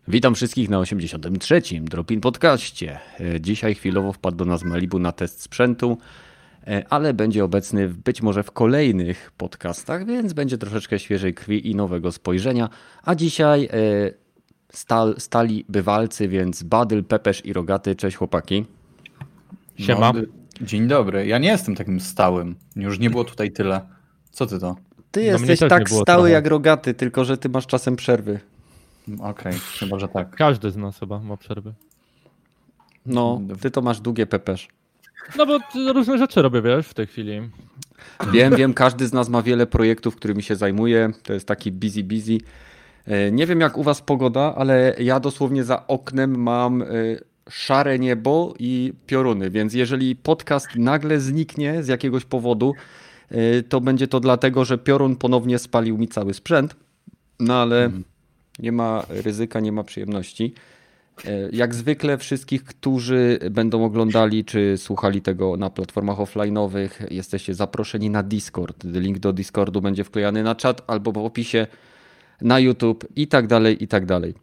Witam wszystkich na 83. Drop-in podcaście. Dzisiaj chwilowo wpadł do nas Malibu na test sprzętu, ale będzie obecny być może w kolejnych podcastach, więc będzie troszeczkę świeżej krwi i nowego spojrzenia. A dzisiaj stali bywalcy, więc Badyl, Pepesz i Rogaty. Cześć chłopaki. Siema. No, dzień dobry. Ja nie jestem takim stałym. Już nie było tutaj tyle. Co ty to? Ty jesteś tak stały jak Rogaty, tylko że ty masz czasem przerwy. Okej, chyba, że tak. Każdy z nas chyba ma przerwy. No, ty to masz długie, Pepesz. No bo różne rzeczy robię, wiesz, w tej chwili. Wiem, każdy z nas ma wiele projektów, którymi się zajmuje. To jest taki busy. Nie wiem jak u was pogoda, ale ja dosłownie za oknem mam szare niebo i pioruny, więc jeżeli podcast nagle zniknie z jakiegoś powodu, to będzie to dlatego, że piorun ponownie spalił mi cały sprzęt, no ale nie ma ryzyka, nie ma przyjemności. Jak zwykle wszystkich, którzy będą oglądali czy słuchali tego na platformach offline'owych, jesteście zaproszeni na Discord. Link do Discordu będzie wklejany na czat albo w opisie na YouTube i tak dalej, i tak dalej.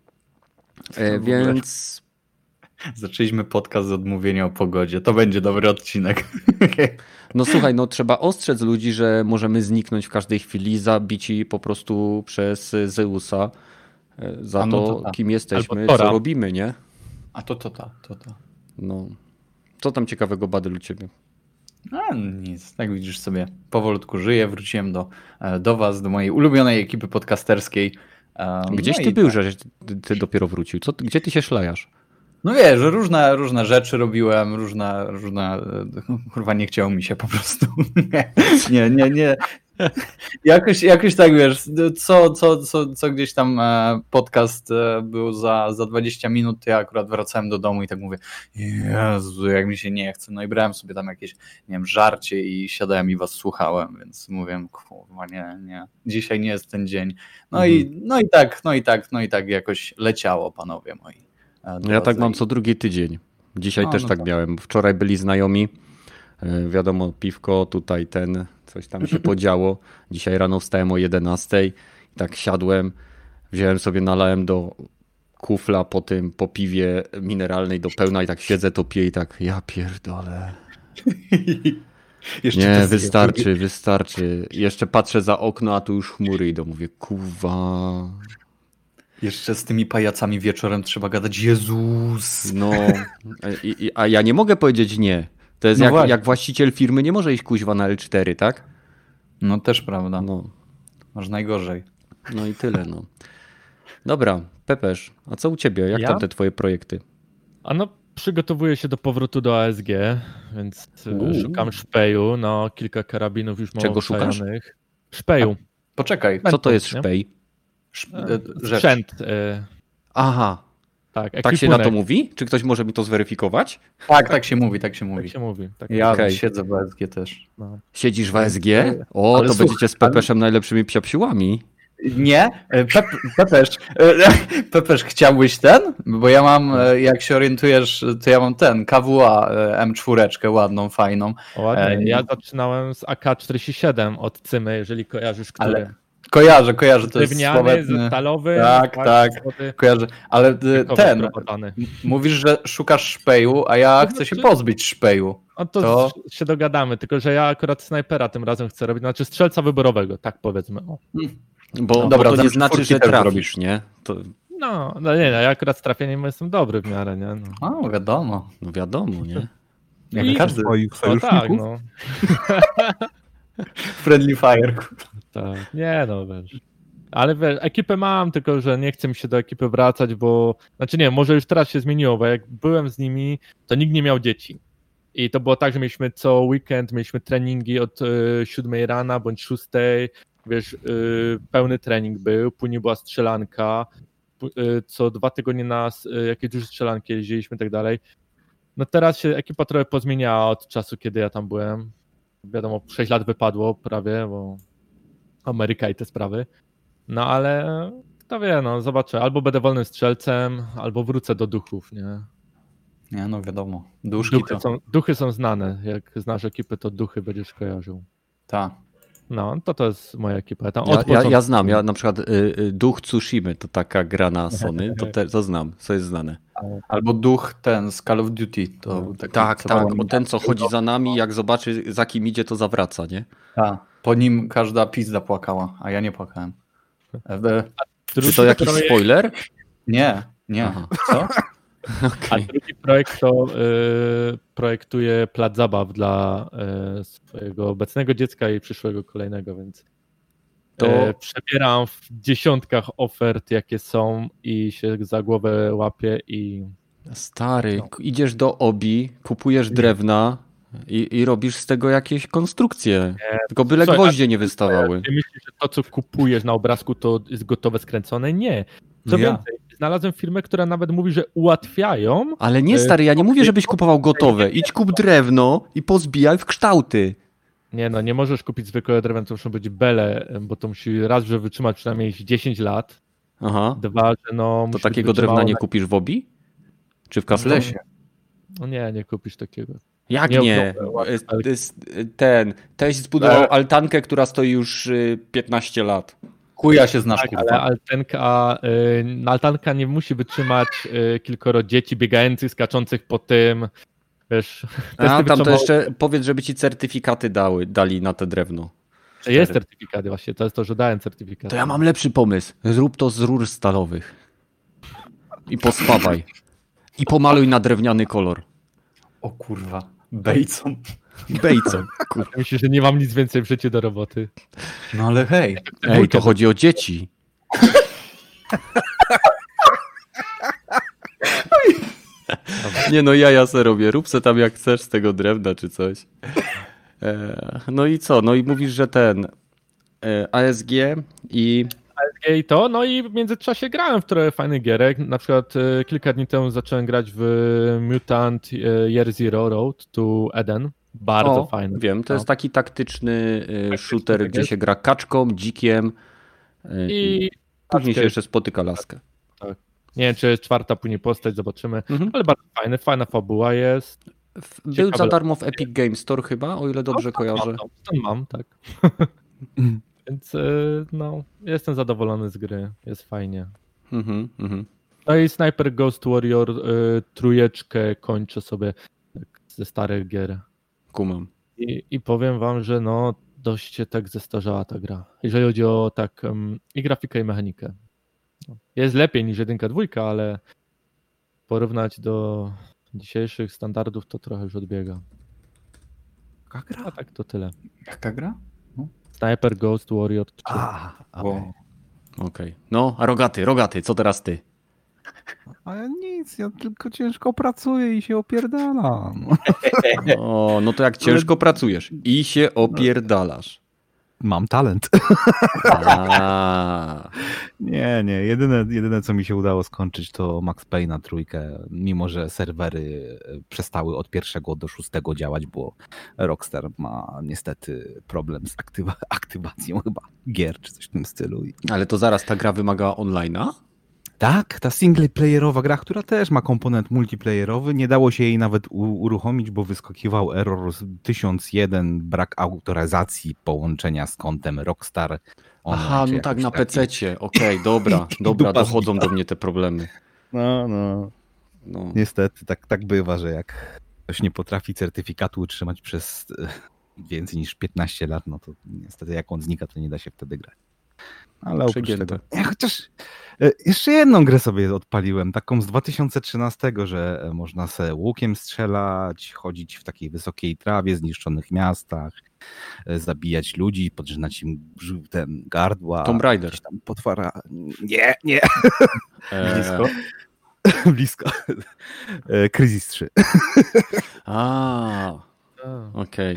Więc... Zaczęliśmy podcast z odmówienia o pogodzie. To będzie dobry odcinek. No słuchaj, no trzeba ostrzec ludzi, że możemy zniknąć w każdej chwili, zabici po prostu przez Zeusa za to, kim jesteśmy, co robimy, nie? A to. No. Co tam ciekawego, Badyl, u ciebie? A nic, tak widzisz sobie. Powolutku żyję, wróciłem do was, do mojej ulubionej ekipy podcasterskiej. Gdzieś ty był, że ty dopiero wrócił? Gdzie ty się szlajasz? No wiesz, że różne rzeczy robiłem, różne, kurwa nie chciało mi się po prostu. Nie. Jakoś tak, wiesz, co gdzieś tam podcast był za 20 minut, to ja akurat wracałem do domu i tak mówię, Jezu, jak mi się nie chce. No i brałem sobie tam jakieś, nie wiem, żarcie i siadałem i was słuchałem, więc mówię, kurwa, nie, dzisiaj nie jest ten dzień. No i tak jakoś leciało, panowie moi. Ja tak mam co drugi tydzień. Dzisiaj też tak miałem. Wczoraj byli znajomi. Wiadomo, piwko, tutaj coś tam się podziało. Dzisiaj rano wstałem o 11:00 i tak siadłem, wziąłem sobie, nalałem do kufla po piwie mineralnej do pełna i tak siedzę, to piję i tak, ja pierdolę. Nie, wystarczy. Jeszcze patrzę za okno, a tu już chmury idą. Mówię, kurwa... Jeszcze z tymi pajacami wieczorem trzeba gadać, Jezus. No, a ja nie mogę powiedzieć nie. To jest jak właściciel firmy nie może iść kuźwa na L4, tak? No też prawda. No. Masz najgorzej. No i tyle, no. Dobra, Pepesz, a co u ciebie? Jak tam te twoje projekty? A no, przygotowuję się do powrotu do ASG, więc szukam szpeju. No, kilka karabinów już mam obczajonych. Szpeju. Poczekaj. Co to jest szpej? Sprzęt. Aha. Tak się na to mówi? Czy ktoś może mi to zweryfikować? Tak się mówi. Ja siedzę w ASG też. No. Siedzisz w ASG? O, to będziecie z Pepeszem najlepszymi psiapsiłami. Nie, Pepesz, chciałbyś ten? Bo ja mam, jak się orientujesz, to ja mam KWA M4, ładną, fajną. Ładnie. Ja zaczynałem z AK-47 od Cymy, jeżeli kojarzysz, który... Ale... Kojarzę, to jest słowetny. Stalowy. Tak, kojarzę. Ale mówisz, że szukasz szpeju, a ja chcę się pozbyć szpeju. No to się dogadamy, tylko że ja akurat snajpera tym razem chcę robić, znaczy strzelca wyborowego, tak powiedzmy. Bo to nie znaczy, że trafisz, nie? No nie, ja akurat z trafieniem jestem dobry w miarę, nie? No wiadomo. No wiadomo, nie? Jak każdy swoich tak, no. Friendly fire. Tak, nie no, wiesz. Ale wiesz, ekipę mam, tylko że nie chcę mi się do ekipy wracać, bo... Znaczy nie, może już teraz się zmieniło, bo jak byłem z nimi, to nikt nie miał dzieci. I to było tak, że mieliśmy co weekend, mieliśmy treningi od 7 rana bądź 6, wiesz, pełny trening był, później była strzelanka, co 2 tygodnie na jakieś duże strzelanki jeździliśmy i tak dalej. No teraz się ekipa trochę pozmieniała od czasu, kiedy ja tam byłem. Wiadomo, 6 lat wypadło prawie, bo Ameryka i te sprawy. No ale kto wie, no zobaczę. Albo będę wolnym strzelcem, albo wrócę do duchów, nie? Nie, no wiadomo. Duchy są znane. Jak znasz ekipę, to duchy będziesz kojarzył. Tak. No, to jest moja ekipa. Tam Ja znam, ja na przykład Duch Tsushimy, to taka gra na Sony, to znam, co jest znane. Albo Duch ten z Call of Duty. To taki, tak, bo ten co chodzi za nami, jak zobaczy za kim idzie, to zawraca, nie? Tak, po nim każda pizda płakała, a ja nie płakałem. Czy to jakiś spoiler? Nie. Aha. Co? A drugi projekt to projektuje plac zabaw dla swojego obecnego dziecka i przyszłego kolejnego, więc to przebieram w dziesiątkach ofert, jakie są i się za głowę łapię i... Stary, idziesz do Obi, kupujesz drewna i robisz z tego jakieś konstrukcje. Nie. Tylko byle gwoździe nie wystawały. Ty myślisz, że to, co kupujesz na obrazku, to jest gotowe, skręcone? Nie. Co więcej, znalazłem firmę, która nawet mówi, że ułatwiają. Ale nie, stary, ja nie mówię, żebyś kupował gotowe. Idź kup drewno i pozbijaj w kształty. Nie możesz kupić zwykłego drewna, to muszą być bele, bo to musi raz, że wytrzymać przynajmniej 10 lat. Aha. Dwa, że no... To takiego drewna nie kupisz w Obi? Czy w Customie? No nie kupisz takiego. Jak nie? Teś zbudował altankę, która stoi już 15 lat. Kuja się znasz, tak, kurwa. Ale altanka nie musi wytrzymać kilkoro dzieci biegających, skaczących po tym. Wiesz, tam to jeszcze powiedz, żeby ci certyfikaty dali na te drewno. Jest certyfikaty właśnie, to jest to, że dałem certyfikaty. To ja mam lepszy pomysł. Zrób to z rur stalowych. I pospawaj. I pomaluj na drewniany kolor. O kurwa. Bejcą. Kurwa. Myślę, że nie mam nic więcej w życiu do roboty. No ale hej. Ej, to chodzi o dzieci. Nie no, ja se robię. Rób se tam jak chcesz z tego drewna czy coś. No i co? No i mówisz, że ten ASG i to, no i w międzyczasie grałem w trochę fajnych gierek. Na przykład kilka dni temu zacząłem grać w Mutant Year Zero Road to Eden. Bardzo fajny. Wiem, to jest taki taktyczny shooter, gdzie się gra kaczką, dzikiem i później się jeszcze spotyka laskę. Tak. Nie wiem, czy jest czwarta później postać, zobaczymy. Ale bardzo fajna fabuła jest. Był za darmo w Epic Games Store chyba, o ile dobrze kojarzę. Mam, tak. Więc no, jestem zadowolony z gry, jest fajnie. No i Sniper Ghost Warrior trójeczkę kończę sobie ze starych gier. Kumam. I powiem wam, że no dość się tak zestarzała ta gra. Jeżeli chodzi o tak i grafikę, i mechanikę. Jest lepiej niż 1, 2, ale porównać do dzisiejszych standardów to trochę już odbiega. Jaka gra? A tak to tyle. Jaka gra? Sniper Ghost Warrior 3. Okej. No, a Rogaty, co teraz ty? Ale nic, ja tylko ciężko pracuję i się opierdalam. O, no to jak ciężko pracujesz i się opierdalasz. Mam talent. Nie. Jedyne co mi się udało skończyć to Max Payne'a 3, mimo że serwery przestały od 1 do 6 działać, bo Rockstar ma niestety problem z aktywacją chyba gier czy coś w tym stylu. Ale to zaraz ta gra wymaga online'a? Tak, ta singleplayerowa gra, która też ma komponent multiplayerowy, nie dało się jej nawet uruchomić, bo wyskakiwał error 1001, brak autoryzacji połączenia z kontem Rockstar. Aha, no tak, na PC-cie. Okej, dobra, dochodzą do mnie te problemy. No. Niestety, tak bywa, że jak ktoś nie potrafi certyfikatu utrzymać przez więcej niż 15 lat, no to niestety jak on znika, to nie da się wtedy grać. Ale oprócz tego... Chociaż jeszcze jedną grę sobie odpaliłem, taką z 2013, że można se łukiem strzelać, chodzić w takiej wysokiej trawie, zniszczonych miastach, zabijać ludzi, podrzynać im ten gardła. Tomb Raider. Tam potwora. Nie. Blisko. Crysis 3. Okej.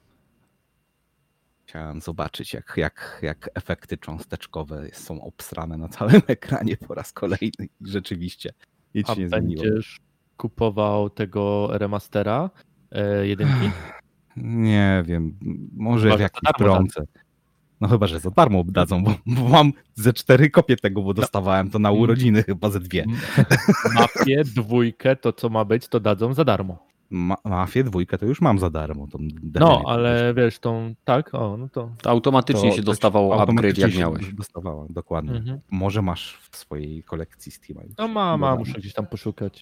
Chciałem zobaczyć, jak efekty cząsteczkowe są obsrane na całym ekranie po raz kolejny. I rzeczywiście nic się nie zmieniło. Będziesz kupował tego remastera 1? Nie wiem, może w jakimś promce. No chyba, że za darmo dadzą, bo mam ze 4 kopie tego, bo dostawałem to na urodziny chyba ze 2. Mapię 2, to co ma być, to dadzą za darmo. Mafię 2 to już mam za darmo. No, ale wiesz, no to... To automatycznie się dostawało upgrade, jak miałeś. Dostawała, dokładnie. Może masz w swojej kolekcji Steama. No muszę gdzieś tam poszukać.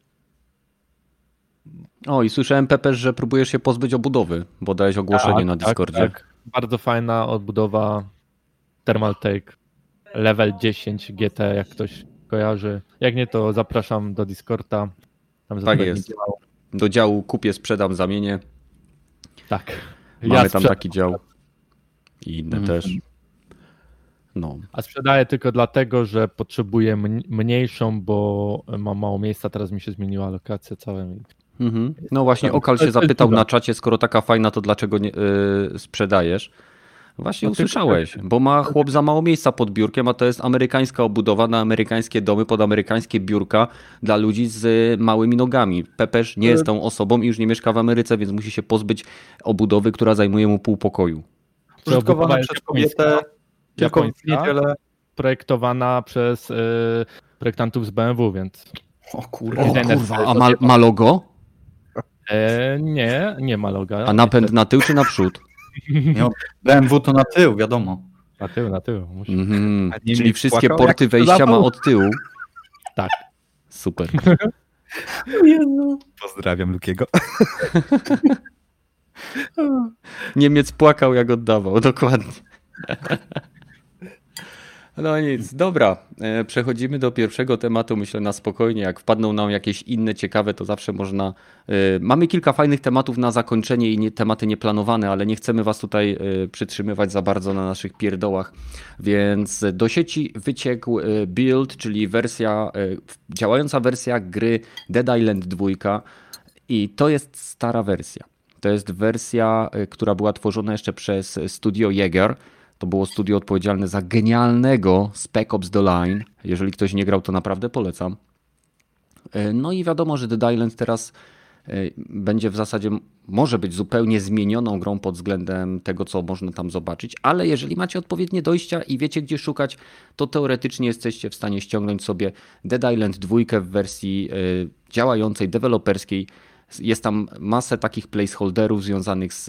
O, i słyszałem, Pepe, że próbujesz się pozbyć obudowy, bo dałeś ogłoszenie na Discordzie. Tak. Bardzo fajna odbudowa Thermal Take. Level 10 GT, jak ktoś kojarzy. Jak nie, to zapraszam do Discorda. Tam tak jest. Do działu kupię, sprzedam, zamienię. Tak. Mamy tam taki dział. I inne też. No. A sprzedaję tylko dlatego, że potrzebuję mniejszą, bo mam mało miejsca. Teraz mi się zmieniła lokacja cała. No właśnie, Okal się zapytał na czacie, skoro taka fajna, to dlaczego nie sprzedajesz? Właśnie usłyszałeś, bo ma chłop za mało miejsca pod biurkiem, a to jest amerykańska obudowa na amerykańskie domy, pod amerykańskie biurka dla ludzi z małymi nogami. Pepesz nie jest tą osobą i już nie mieszka w Ameryce, więc musi się pozbyć obudowy, która zajmuje mu pół pokoju. Użytkowana przez kobietę, tylko w niedzielę. Projektowana przez projektantów z BMW, więc... O kurwa, a ma logo? Nie ma loga. A napęd na tył czy na przód? Nie, BMW to na tył, wiadomo. Na tył. Czyli wszystkie porty wejścia ma od tyłu. Tak. Super. Pozdrawiam Lukiego. Niemiec płakał, jak oddawał, dokładnie. No nic, dobra. Przechodzimy do pierwszego tematu, myślę na spokojnie. Jak wpadną nam jakieś inne ciekawe, to zawsze można... Mamy kilka fajnych tematów na zakończenie i tematy nieplanowane, ale nie chcemy was tutaj przytrzymywać za bardzo na naszych pierdołach. Więc do sieci wyciekł build, czyli działająca wersja gry Dead Island 2 i to jest stara wersja. To jest wersja, która była tworzona jeszcze przez studio Jaeger. To było studio odpowiedzialne za genialnego Spec Ops The Line. Jeżeli ktoś nie grał, to naprawdę polecam. No i wiadomo, że Dead Island teraz będzie w zasadzie, może być zupełnie zmienioną grą pod względem tego, co można tam zobaczyć, ale jeżeli macie odpowiednie dojścia i wiecie, gdzie szukać, to teoretycznie jesteście w stanie ściągnąć sobie Dead Island 2 w wersji działającej, deweloperskiej. Jest tam masę takich placeholderów związanych z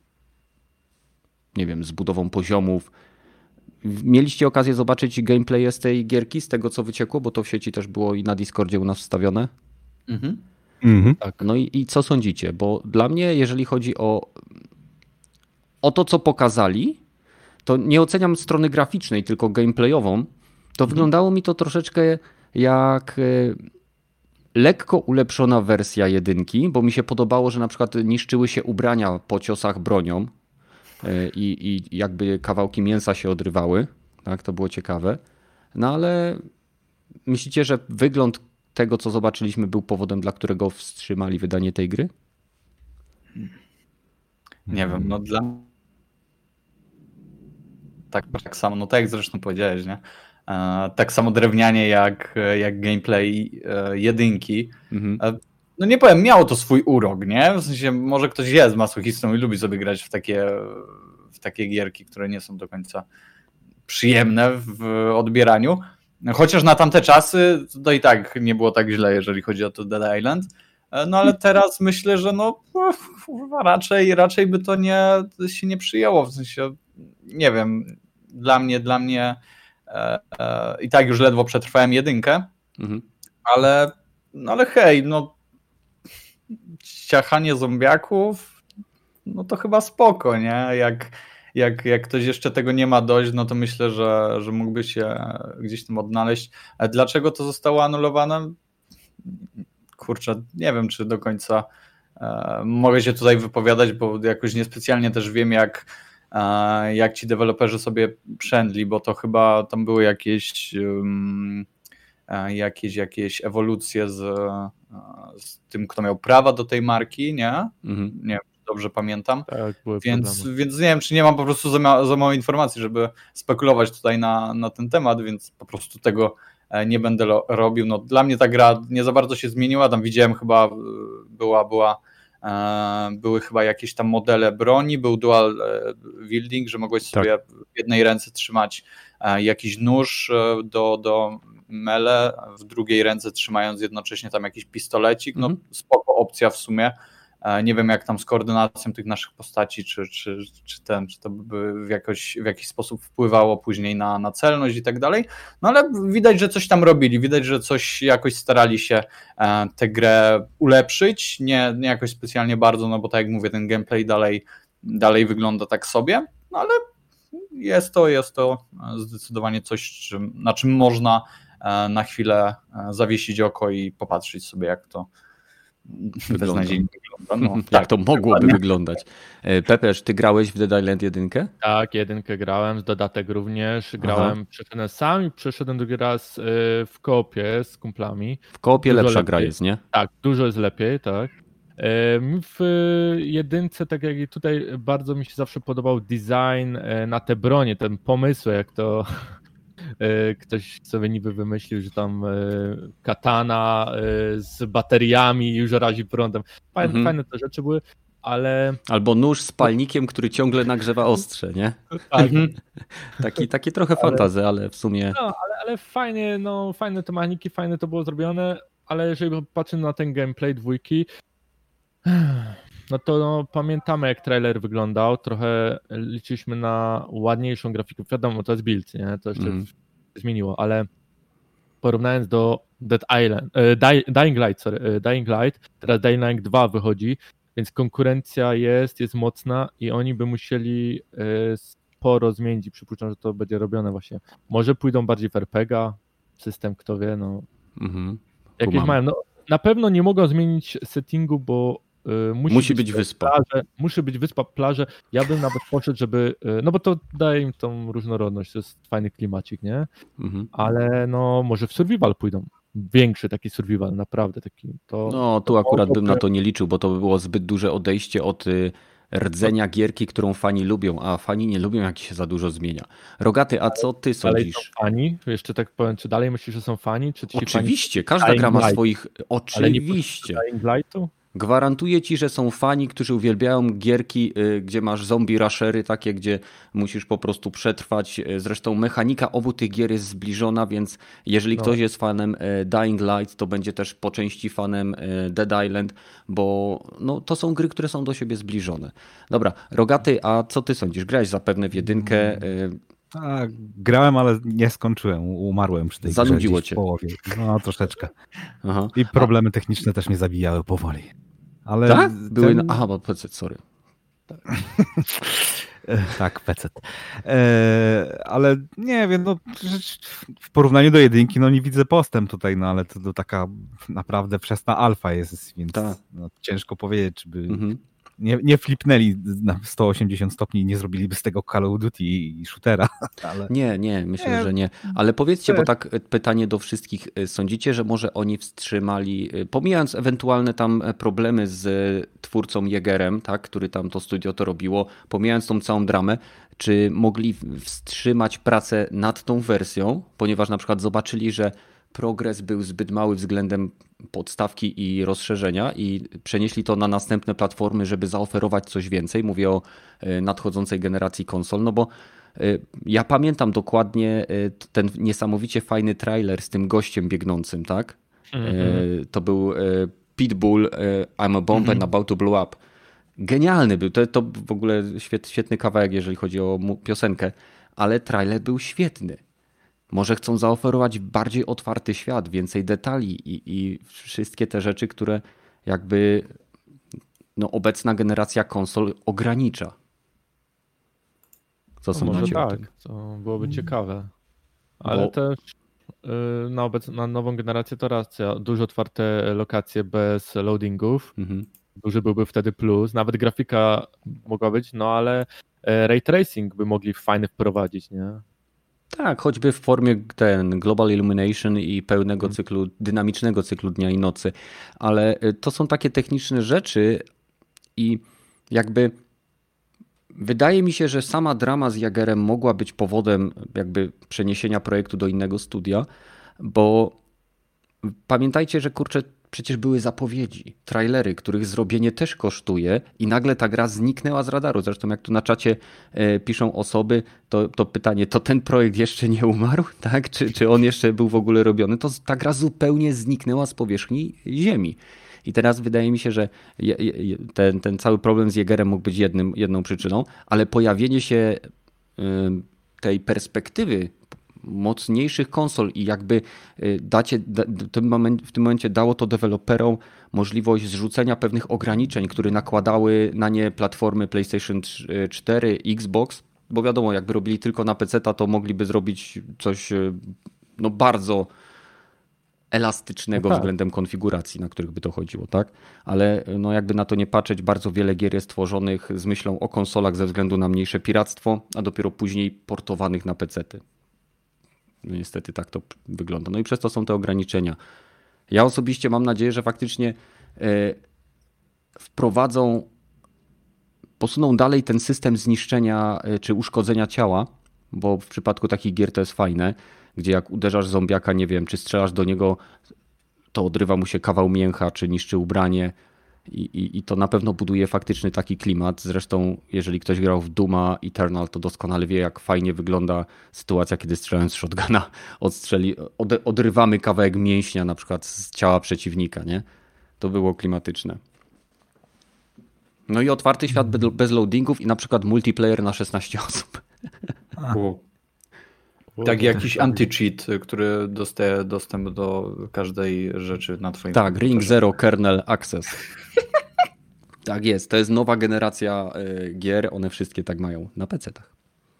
z budową poziomów. Mieliście okazję zobaczyć gameplay z tej gierki, z tego co wyciekło, bo to w sieci też było i na Discordzie u nas wstawione. Tak. No i co sądzicie? Bo dla mnie, jeżeli chodzi o to, co pokazali, to nie oceniam strony graficznej, tylko gameplayową, to wyglądało mi to troszeczkę jak lekko ulepszona wersja 1, bo mi się podobało, że na przykład niszczyły się ubrania po ciosach bronią. I jakby kawałki mięsa się odrywały. Tak, to było ciekawe. No ale myślicie, że wygląd tego, co zobaczyliśmy, był powodem, dla którego wstrzymali wydanie tej gry? Nie wiem, no dla... Tak samo, no tak jak zresztą powiedziałeś, nie? Tak samo drewnianie jak gameplay 1. No nie powiem, miało to swój urok, nie? W sensie może ktoś jest masochistą i lubi sobie grać w takie gierki, które nie są do końca przyjemne w odbieraniu. Chociaż na tamte czasy to i tak nie było tak źle, jeżeli chodzi o to Dead Island. No ale teraz myślę, że raczej by to się nie przyjęło. W sensie, nie wiem, dla mnie i tak już ledwo przetrwałem 1, ale hej, ciachanie zombiaków, no to chyba spoko, nie? Jak ktoś jeszcze tego nie ma dość, no to myślę, że mógłby się gdzieś tam odnaleźć. A dlaczego to zostało anulowane? Kurczę, nie wiem, czy do końca mogę się tutaj wypowiadać, bo jakoś niespecjalnie też wiem, jak ci deweloperzy sobie przędli, bo to chyba tam były jakieś ewolucje z tym, kto miał prawa do tej marki, nie? Nie wiem, dobrze pamiętam. Tak, więc nie wiem, czy nie mam po prostu za mało informacji, żeby spekulować tutaj na ten temat, więc po prostu tego nie będę robił. No, dla mnie ta gra nie za bardzo się zmieniła. Tam widziałem chyba, były chyba jakieś tam modele broni, był dual wielding, że mogłeś sobie w jednej ręce trzymać jakiś nóż do mele, w drugiej ręce trzymając jednocześnie tam jakiś pistolecik. No spoko opcja w sumie. Nie wiem, jak tam z koordynacją tych naszych postaci, czy to by w jakiś sposób wpływało później na celność i tak dalej. No ale widać, że coś tam robili, widać, że coś jakoś starali się tę grę ulepszyć, nie jakoś specjalnie bardzo, no bo tak jak mówię, ten gameplay dalej wygląda tak sobie, no ale jest to zdecydowanie coś, na czym można na chwilę zawiesić oko i popatrzeć sobie, jak to beznadziejnie wygląda. No, jak to mogłoby wyglądać. Pepeż, ty grałeś w Dead Island 1? Tak, 1 grałem, z dodatek również. Grałem, przeszedłem sam i przeszedłem drugi raz w koopie z kumplami. W koopie lepsza gra jest, nie? Tak, dużo jest lepiej, tak. W 1, tak jak i tutaj, bardzo mi się zawsze podobał design na te bronie, ten pomysł, jak to ktoś sobie niby wymyślił, że tam katana z bateriami już razi prądem. Fajne te rzeczy były, ale... Albo nóż z palnikiem, który ciągle nagrzewa ostrze, nie? Tak. Takie trochę fantazy, ale w sumie... No, ale fajnie, fajne te mechaniki, fajne to było zrobione, ale jeżeli patrzę na ten gameplay 2, no to pamiętamy, jak trailer wyglądał, trochę liczyliśmy na ładniejszą grafikę, wiadomo, to jest build, nie? To jeszcze zmieniło, ale porównując do Dying Light, teraz Dying Light 2 wychodzi, więc konkurencja jest mocna i oni by musieli sporo zmienić i przypuszczam, że to będzie robione właśnie. Może pójdą bardziej w RPG, system, kto wie, no. Jakieś mają, no na pewno nie mogą zmienić settingu, bo musi być wyspa. Musi być wyspa, plaże. Ja bym nawet poszedł, żeby... No bo to daje im tą różnorodność, to jest fajny klimacik, nie? Ale no może w survival pójdą. Większy taki survival, naprawdę taki. No tu akurat bym na to nie liczył, bo to by było zbyt duże odejście od rdzenia gierki, którą fani lubią, a fani nie lubią, jak się za dużo zmienia. Rogaty, a co ty sądzisz? Dalej są fani? Jeszcze tak powiem, czy dalej myślisz, że są fani? Czy oczywiście, każda gra ma swoich... Oczywiście. Dying Lightu? Gwarantuję ci, że są fani, którzy uwielbiają gierki, gdzie masz zombie rushery, takie, gdzie musisz po prostu przetrwać. Zresztą mechanika obu tych gier jest zbliżona, więc jeżeli ktoś jest fanem Dying Light, to będzie też po części fanem Dead Island, bo no, to są gry, które są do siebie zbliżone. Dobra, Rogaty, a co ty sądzisz? Grałeś zapewne w 1. Tak, grałem, ale nie skończyłem. Umarłem przy tej grze. Zanudziło cię. W połowie. No, troszeczkę. Aha. I problemy techniczne też mnie zabijały powoli. Ale tak? Były bo PC, sorry. Tak, PC. Ale nie wiem, no w porównaniu do 1, no nie widzę postęp tutaj, no ale to taka naprawdę wczesna alfa jest, więc no, ciężko powiedzieć, czy by nie flipnęli na 180 stopni i nie zrobiliby z tego Call of Duty i shootera. Ale... Nie, myślę, że nie. Ale powiedzcie, bo tak pytanie do wszystkich. Sądzicie, że może oni wstrzymali, pomijając ewentualne tam problemy z twórcą Jägerem, tak, który tam to studio to robiło, pomijając tą całą dramę, czy mogli wstrzymać pracę nad tą wersją, ponieważ na przykład zobaczyli, że progres był zbyt mały względem podstawki i rozszerzenia i przenieśli to na następne platformy, żeby zaoferować coś więcej. Mówię o nadchodzącej generacji konsol, no bo ja pamiętam dokładnie ten niesamowicie fajny trailer z tym gościem biegnącym, tak? To był Pitbull, I'm a bomb and about to blow up. Genialny był, to w ogóle świetny kawałek, jeżeli chodzi o piosenkę, ale trailer był świetny. Może chcą zaoferować bardziej otwarty świat, więcej detali i wszystkie te rzeczy, które jakby obecna generacja konsol ogranicza. Co sądzicie o tym? To byłoby ciekawe. Ale też na nową generację to racja. Dużo otwarte lokacje bez loadingów. Duży byłby wtedy plus. Nawet grafika mogła być, no ale ray tracing by mogli fajny wprowadzić, nie? Tak, choćby w formie Global Illumination i pełnego cyklu, dynamicznego cyklu dnia i nocy, ale to są takie techniczne rzeczy i jakby wydaje mi się, że sama drama z Jägerem mogła być powodem jakby przeniesienia projektu do innego studia, bo pamiętajcie, że przecież były zapowiedzi, trailery, których zrobienie też kosztuje i nagle ta gra zniknęła z radaru. Zresztą jak tu na czacie piszą osoby, to pytanie, to ten projekt jeszcze nie umarł? Tak? Czy on jeszcze był w ogóle robiony? To ta gra zupełnie zniknęła z powierzchni ziemi. I teraz wydaje mi się, że ten cały problem z Jägerem mógł być jedną przyczyną, ale pojawienie się tej perspektywy mocniejszych konsol i jakby w tym momencie dało to deweloperom możliwość zrzucenia pewnych ograniczeń, które nakładały na nie platformy PlayStation 4, Xbox, bo wiadomo, jakby robili tylko na PC-ta, to mogliby zrobić coś bardzo elastycznego względem konfiguracji, na których by to chodziło, tak? Ale jakby na to nie patrzeć, bardzo wiele gier jest tworzonych z myślą o konsolach ze względu na mniejsze piractwo, a dopiero później portowanych na PC-ty. Niestety tak to wygląda. No i przez to są te ograniczenia. Ja osobiście mam nadzieję, że faktycznie posuną dalej ten system zniszczenia czy uszkodzenia ciała, bo w przypadku takich gier to jest fajne, gdzie jak uderzasz zombiaka, nie wiem, czy strzelasz do niego, to odrywa mu się kawał mięcha, czy niszczy ubranie i to na pewno buduje faktyczny taki klimat. Zresztą jeżeli ktoś grał w Dooma Eternal, to doskonale wie, jak fajnie wygląda sytuacja, kiedy strzelając z shotguna odrywamy kawałek mięśnia na przykład z ciała przeciwnika, nie? To było klimatyczne. No i otwarty świat bez loadingów i na przykład multiplayer na 16 osób. Tak, jakiś anti-cheat, który dostaje dostęp do każdej rzeczy na twoim Tak, Ring Zero Kernel Access. Tak jest, to jest nowa generacja gier, one wszystkie tak mają na PC-tach.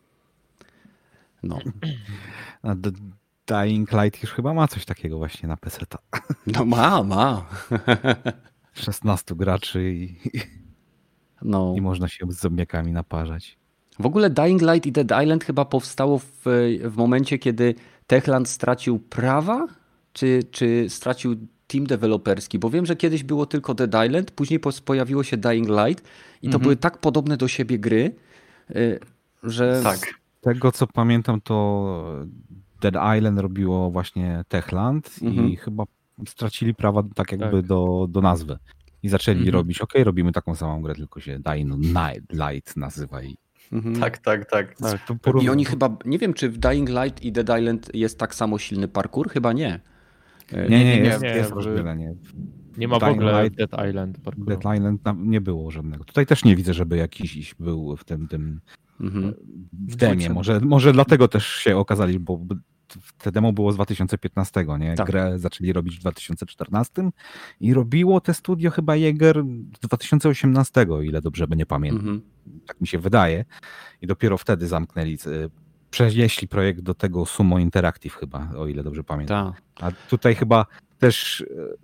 No. A Dying Light już chyba ma coś takiego właśnie na PC-ta. No ma. 16 graczy i można się z zombiakami naparzać. W ogóle Dying Light i Dead Island chyba powstało w momencie, kiedy Techland stracił prawa, czy stracił team deweloperski, bo wiem, że kiedyś było tylko Dead Island, później pojawiło się Dying Light i to były tak podobne do siebie gry, że... Tak. Z tego co pamiętam, to Dead Island robiło właśnie Techland i chyba stracili prawa tak jakby do nazwy. I zaczęli robić, robimy taką samą grę, tylko się Dying Light nazywa i Tak. I oni chyba, nie wiem, czy w Dying Light i Dead Island jest tak samo silny parkour? Chyba nie. Nie, jest rozdzielenie. Nie ma w ogóle Dead Island parkouru. Dead Island nie było żadnego. Tutaj też nie widzę, żeby jakiś był w tym w demie. Może dlatego też się okazali, bo te demo było z 2015, nie? Tak. Grę zaczęli robić w 2014 i robiło te studio chyba Jäger z 2018, ile dobrze by nie pamiętam. Tak mi się wydaje. I dopiero wtedy zamknęli, przenieśli projekt do tego Sumo Interactive chyba, o ile dobrze pamiętam. A tutaj chyba też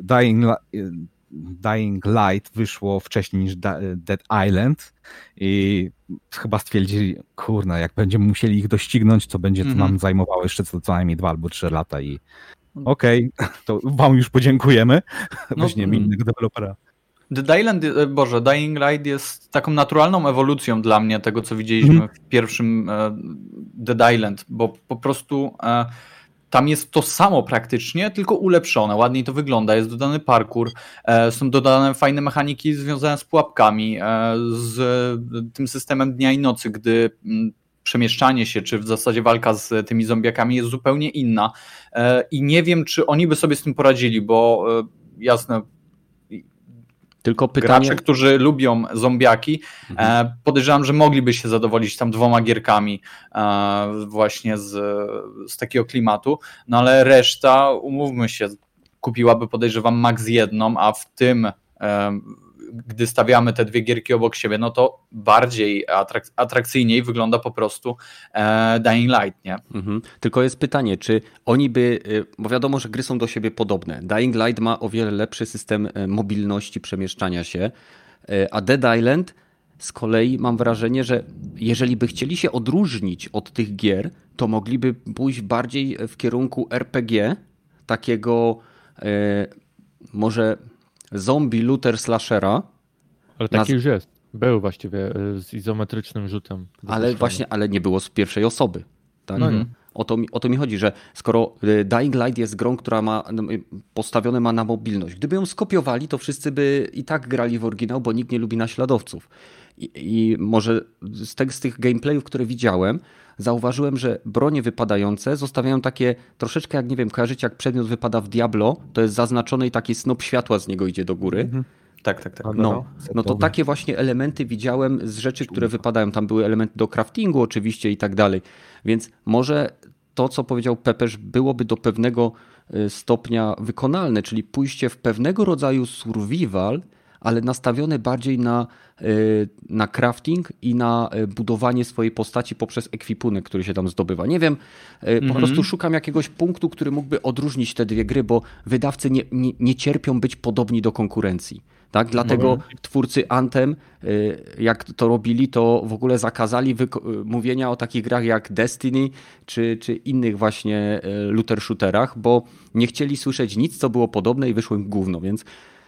Dying Light wyszło wcześniej niż Dead Island i chyba stwierdzili, kurna, jak będziemy musieli ich doścignąć, to będzie to nam zajmowało jeszcze co najmniej 2 albo 3 lata i to wam już podziękujemy. Weźmiemy innego dewelopera. Dying Light jest taką naturalną ewolucją dla mnie tego, co widzieliśmy w pierwszym Dead Island, bo po prostu tam jest to samo praktycznie, tylko ulepszone. Ładniej to wygląda, jest dodany parkour, są dodane fajne mechaniki związane z pułapkami, z tym systemem dnia i nocy, gdy przemieszczanie się, czy w zasadzie walka z tymi zombiakami jest zupełnie inna. I nie wiem, czy oni by sobie z tym poradzili, bo jasne, tylko pytanie... gracze, którzy lubią zombiaki, podejrzewam, że mogliby się zadowolić tam 2 gierkami właśnie z takiego klimatu, no ale reszta, umówmy się, kupiłaby, podejrzewam, max 1, a w tym, gdy stawiamy te 2 gierki obok siebie, no to bardziej atrakcyjniej wygląda po prostu Dying Light, nie? Tylko jest pytanie, czy oni by, bo wiadomo, że gry są do siebie podobne. Dying Light ma o wiele lepszy system mobilności, przemieszczania się, a Dead Island z kolei mam wrażenie, że jeżeli by chcieli się odróżnić od tych gier, to mogliby pójść bardziej w kierunku RPG, takiego może zombie looter slashera. Ale taki już jest. Był właściwie z izometrycznym rzutem. Ale nie było z pierwszej osoby. Tak? O to mi chodzi, że skoro Dying Light jest grą, która postawione ma na mobilność, gdyby ją skopiowali, to wszyscy by i tak grali w oryginał, bo nikt nie lubi naśladowców. I może z tych gameplayów, które widziałem, zauważyłem, że bronie wypadające zostawiają takie troszeczkę, jak nie wiem, kojarzycie, jak przedmiot wypada w Diablo, to jest zaznaczone i taki snop światła z niego idzie do góry. Tak. No to takie właśnie elementy widziałem z rzeczy, które wypadają. Tam były elementy do craftingu oczywiście i tak dalej. Więc może to, co powiedział Pepeż, byłoby do pewnego stopnia wykonalne, czyli pójście w pewnego rodzaju survival, ale nastawione bardziej na crafting i na budowanie swojej postaci poprzez ekwipunek, który się tam zdobywa. Nie wiem, po prostu szukam jakiegoś punktu, który mógłby odróżnić te dwie gry, bo wydawcy nie cierpią być podobni do konkurencji. Tak? Dlatego twórcy Anthem, jak to robili, to w ogóle zakazali mówienia o takich grach jak Destiny czy innych właśnie looter shooterach, bo nie chcieli słyszeć nic, co było podobne i wyszło im gówno, więc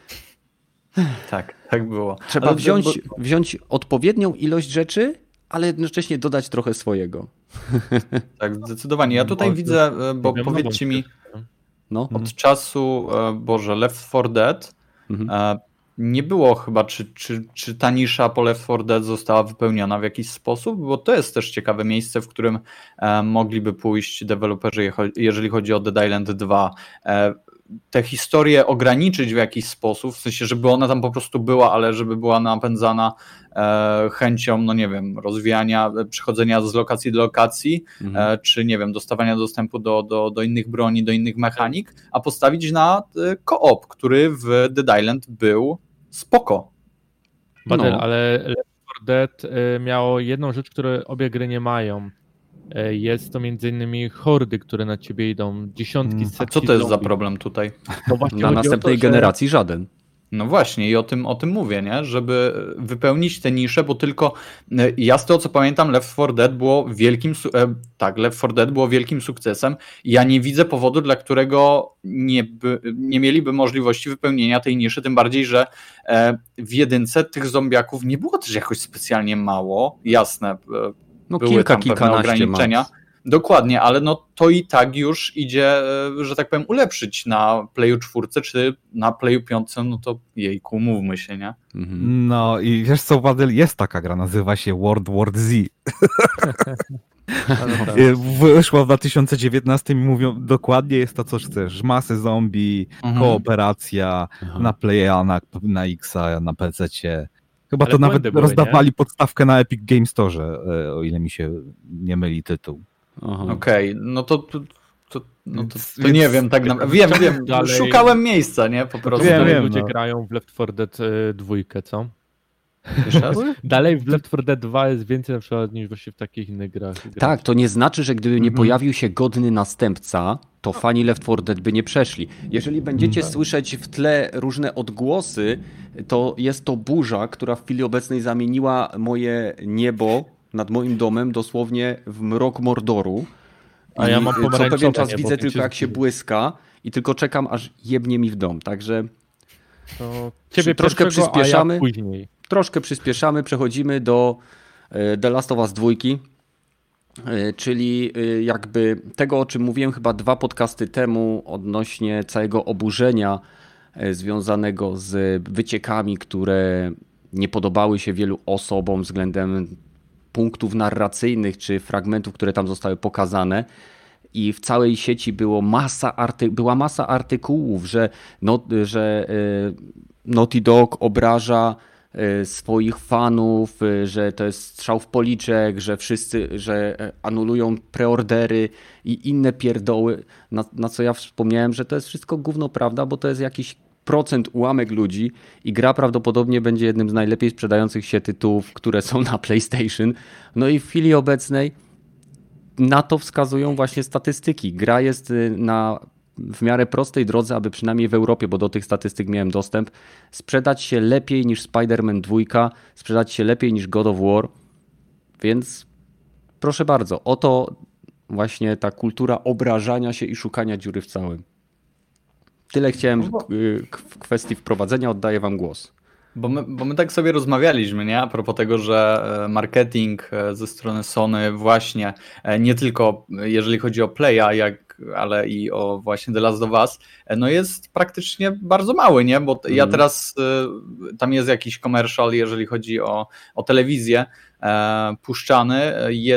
tak było. Trzeba wziąć odpowiednią ilość rzeczy, ale jednocześnie dodać trochę swojego. Tak, zdecydowanie. Ja tutaj widzę, bo powiedzcie mi, od czasu, Left 4 Dead nie było chyba, czy ta nisza po Left 4 Dead została wypełniona w jakiś sposób, bo to jest też ciekawe miejsce, w którym mogliby pójść deweloperzy, jeżeli chodzi o Dead Island 2, tę historię ograniczyć w jakiś sposób, w sensie, żeby ona tam po prostu była, ale żeby była napędzana chęcią, no nie wiem, rozwijania, przechodzenia z lokacji do lokacji, czy nie wiem, dostawania dostępu do innych broni, do innych mechanik, a postawić na co-op, który w Dead Island był spoko. Ale Left 4 Dead miało jedną rzecz, które obie gry nie mają. Jest to między innymi hordy, które na ciebie idą, dziesiątki, setki. A co to jest za problem tutaj? Na następnej generacji żaden. No właśnie i o tym mówię, nie? Żeby wypełnić tę niszę, bo tylko ja z tego co pamiętam Left 4 Dead było Left 4 Dead było wielkim sukcesem i ja nie widzę powodu, dla którego nie mieliby możliwości wypełnienia tej niszy, tym bardziej, że w jedynce tych zombiaków nie było też jakoś specjalnie mało, jasne, były tam pewne ograniczenia. Masz. Dokładnie, ale to i tak już idzie, że tak powiem, ulepszyć na Playu 4 czy na Playu 5, no to jejku, mówmy się, nie? No i wiesz co, Wadel, jest taka gra, nazywa się World War Z. Wyszła w 2019 i mówią, dokładnie jest to, co chcesz. Masę zombie, kooperacja, na Playa, na X-a, na PC-cie. Chyba ale to nawet rozdawali podstawkę na Epic Game Store, o ile mi się nie myli tytuł. Okej, no to nie wiem, tak naprawdę. Wiem, dalej, szukałem miejsca, nie? Po prostu. Dalej ludzie grają w Left 4 Dead 2, co? Jeszcze raz? Dalej w Left 4 Dead 2 jest więcej na przykład niż właśnie w takich innych grach. Tak, to nie znaczy, że gdyby nie pojawił się godny następca, to fani Left 4 Dead by nie przeszli. Jeżeli będziecie słyszeć w tle różne odgłosy, to jest to burza, która w chwili obecnej zamieniła moje niebo nad moim domem dosłownie w mrok Mordoru. A ja mam co pewien czas widzę tylko jak się błyska i tylko czekam, aż jebnie mi w dom. Także ciebie troszkę przyspieszamy. Później. Troszkę przyspieszamy, przechodzimy do The Last of Us 2, czyli jakby tego, o czym mówiłem chyba 2 podcasty temu odnośnie całego oburzenia związanego z wyciekami, które nie podobały się wielu osobom względem punktów narracyjnych czy fragmentów, które tam zostały pokazane. I w całej sieci była masa artykułów, że Naughty Dog obraża swoich fanów, że to jest strzał w policzek, że anulują preordery i inne pierdoły, na co ja wspomniałem, że to jest wszystko gówno prawda, bo to jest jakiś ułamek ludzi i gra prawdopodobnie będzie jednym z najlepiej sprzedających się tytułów, które są na PlayStation. No i w chwili obecnej na to wskazują właśnie statystyki. Gra jest w miarę prostej drodze, aby przynajmniej w Europie, bo do tych statystyk miałem dostęp, sprzedać się lepiej niż Spider-Man 2, sprzedać się lepiej niż God of War, więc proszę bardzo, oto właśnie ta kultura obrażania się i szukania dziury w całym. Tyle chciałem w kwestii wprowadzenia, oddaję wam głos. Bo my tak sobie rozmawialiśmy, nie? A propos tego, że marketing ze strony Sony właśnie, nie tylko jeżeli chodzi o Playa, jak ale i o właśnie The Last of Us, no jest praktycznie bardzo mały, nie? Bo ja teraz, tam jest jakiś commercial, jeżeli chodzi o telewizję, puszczany,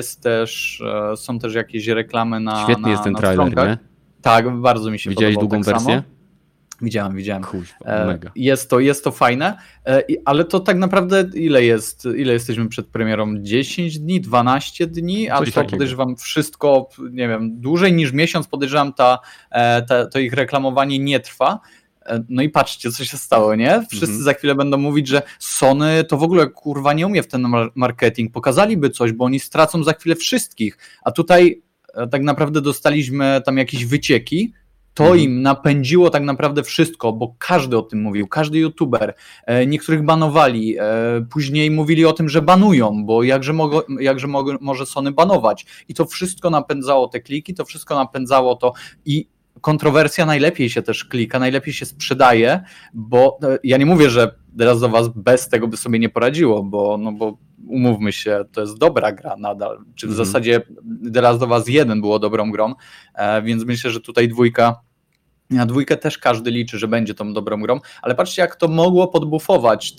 są też jakieś reklamy na Świetny jest ten trailer, stronkach. Nie? Tak, bardzo mi się Widziałeś podobał. długą tak wersję? Samo. Widziałem. Kuźwa, mega. Jest to fajne, ale to tak naprawdę ile jesteśmy przed premierą? 10 dni, 12 dni, a to podejrzewam wszystko, nie wiem, dłużej niż miesiąc podejrzewam to ich reklamowanie nie trwa. No i patrzcie, co się stało, nie? Wszyscy za chwilę będą mówić, że Sony to w ogóle kurwa nie umie w ten marketing, pokazaliby coś, bo oni stracą za chwilę wszystkich, a tutaj tak naprawdę dostaliśmy tam jakieś wycieki. To im napędziło tak naprawdę wszystko, bo każdy o tym mówił, każdy youtuber, niektórych banowali, później mówili o tym, że banują, bo jakże może Sony banować. I to wszystko napędzało te kliki, to wszystko napędzało to i kontrowersja najlepiej się też klika, najlepiej się sprzedaje, bo ja nie mówię, że teraz do was bez tego by sobie nie poradziło, bo umówmy się, to jest dobra gra nadal, czy w zasadzie The Last of Us 1 było dobrą grą, więc myślę, że tutaj na dwójkę też każdy liczy, że będzie tą dobrą grą, ale patrzcie, jak to mogło podbufować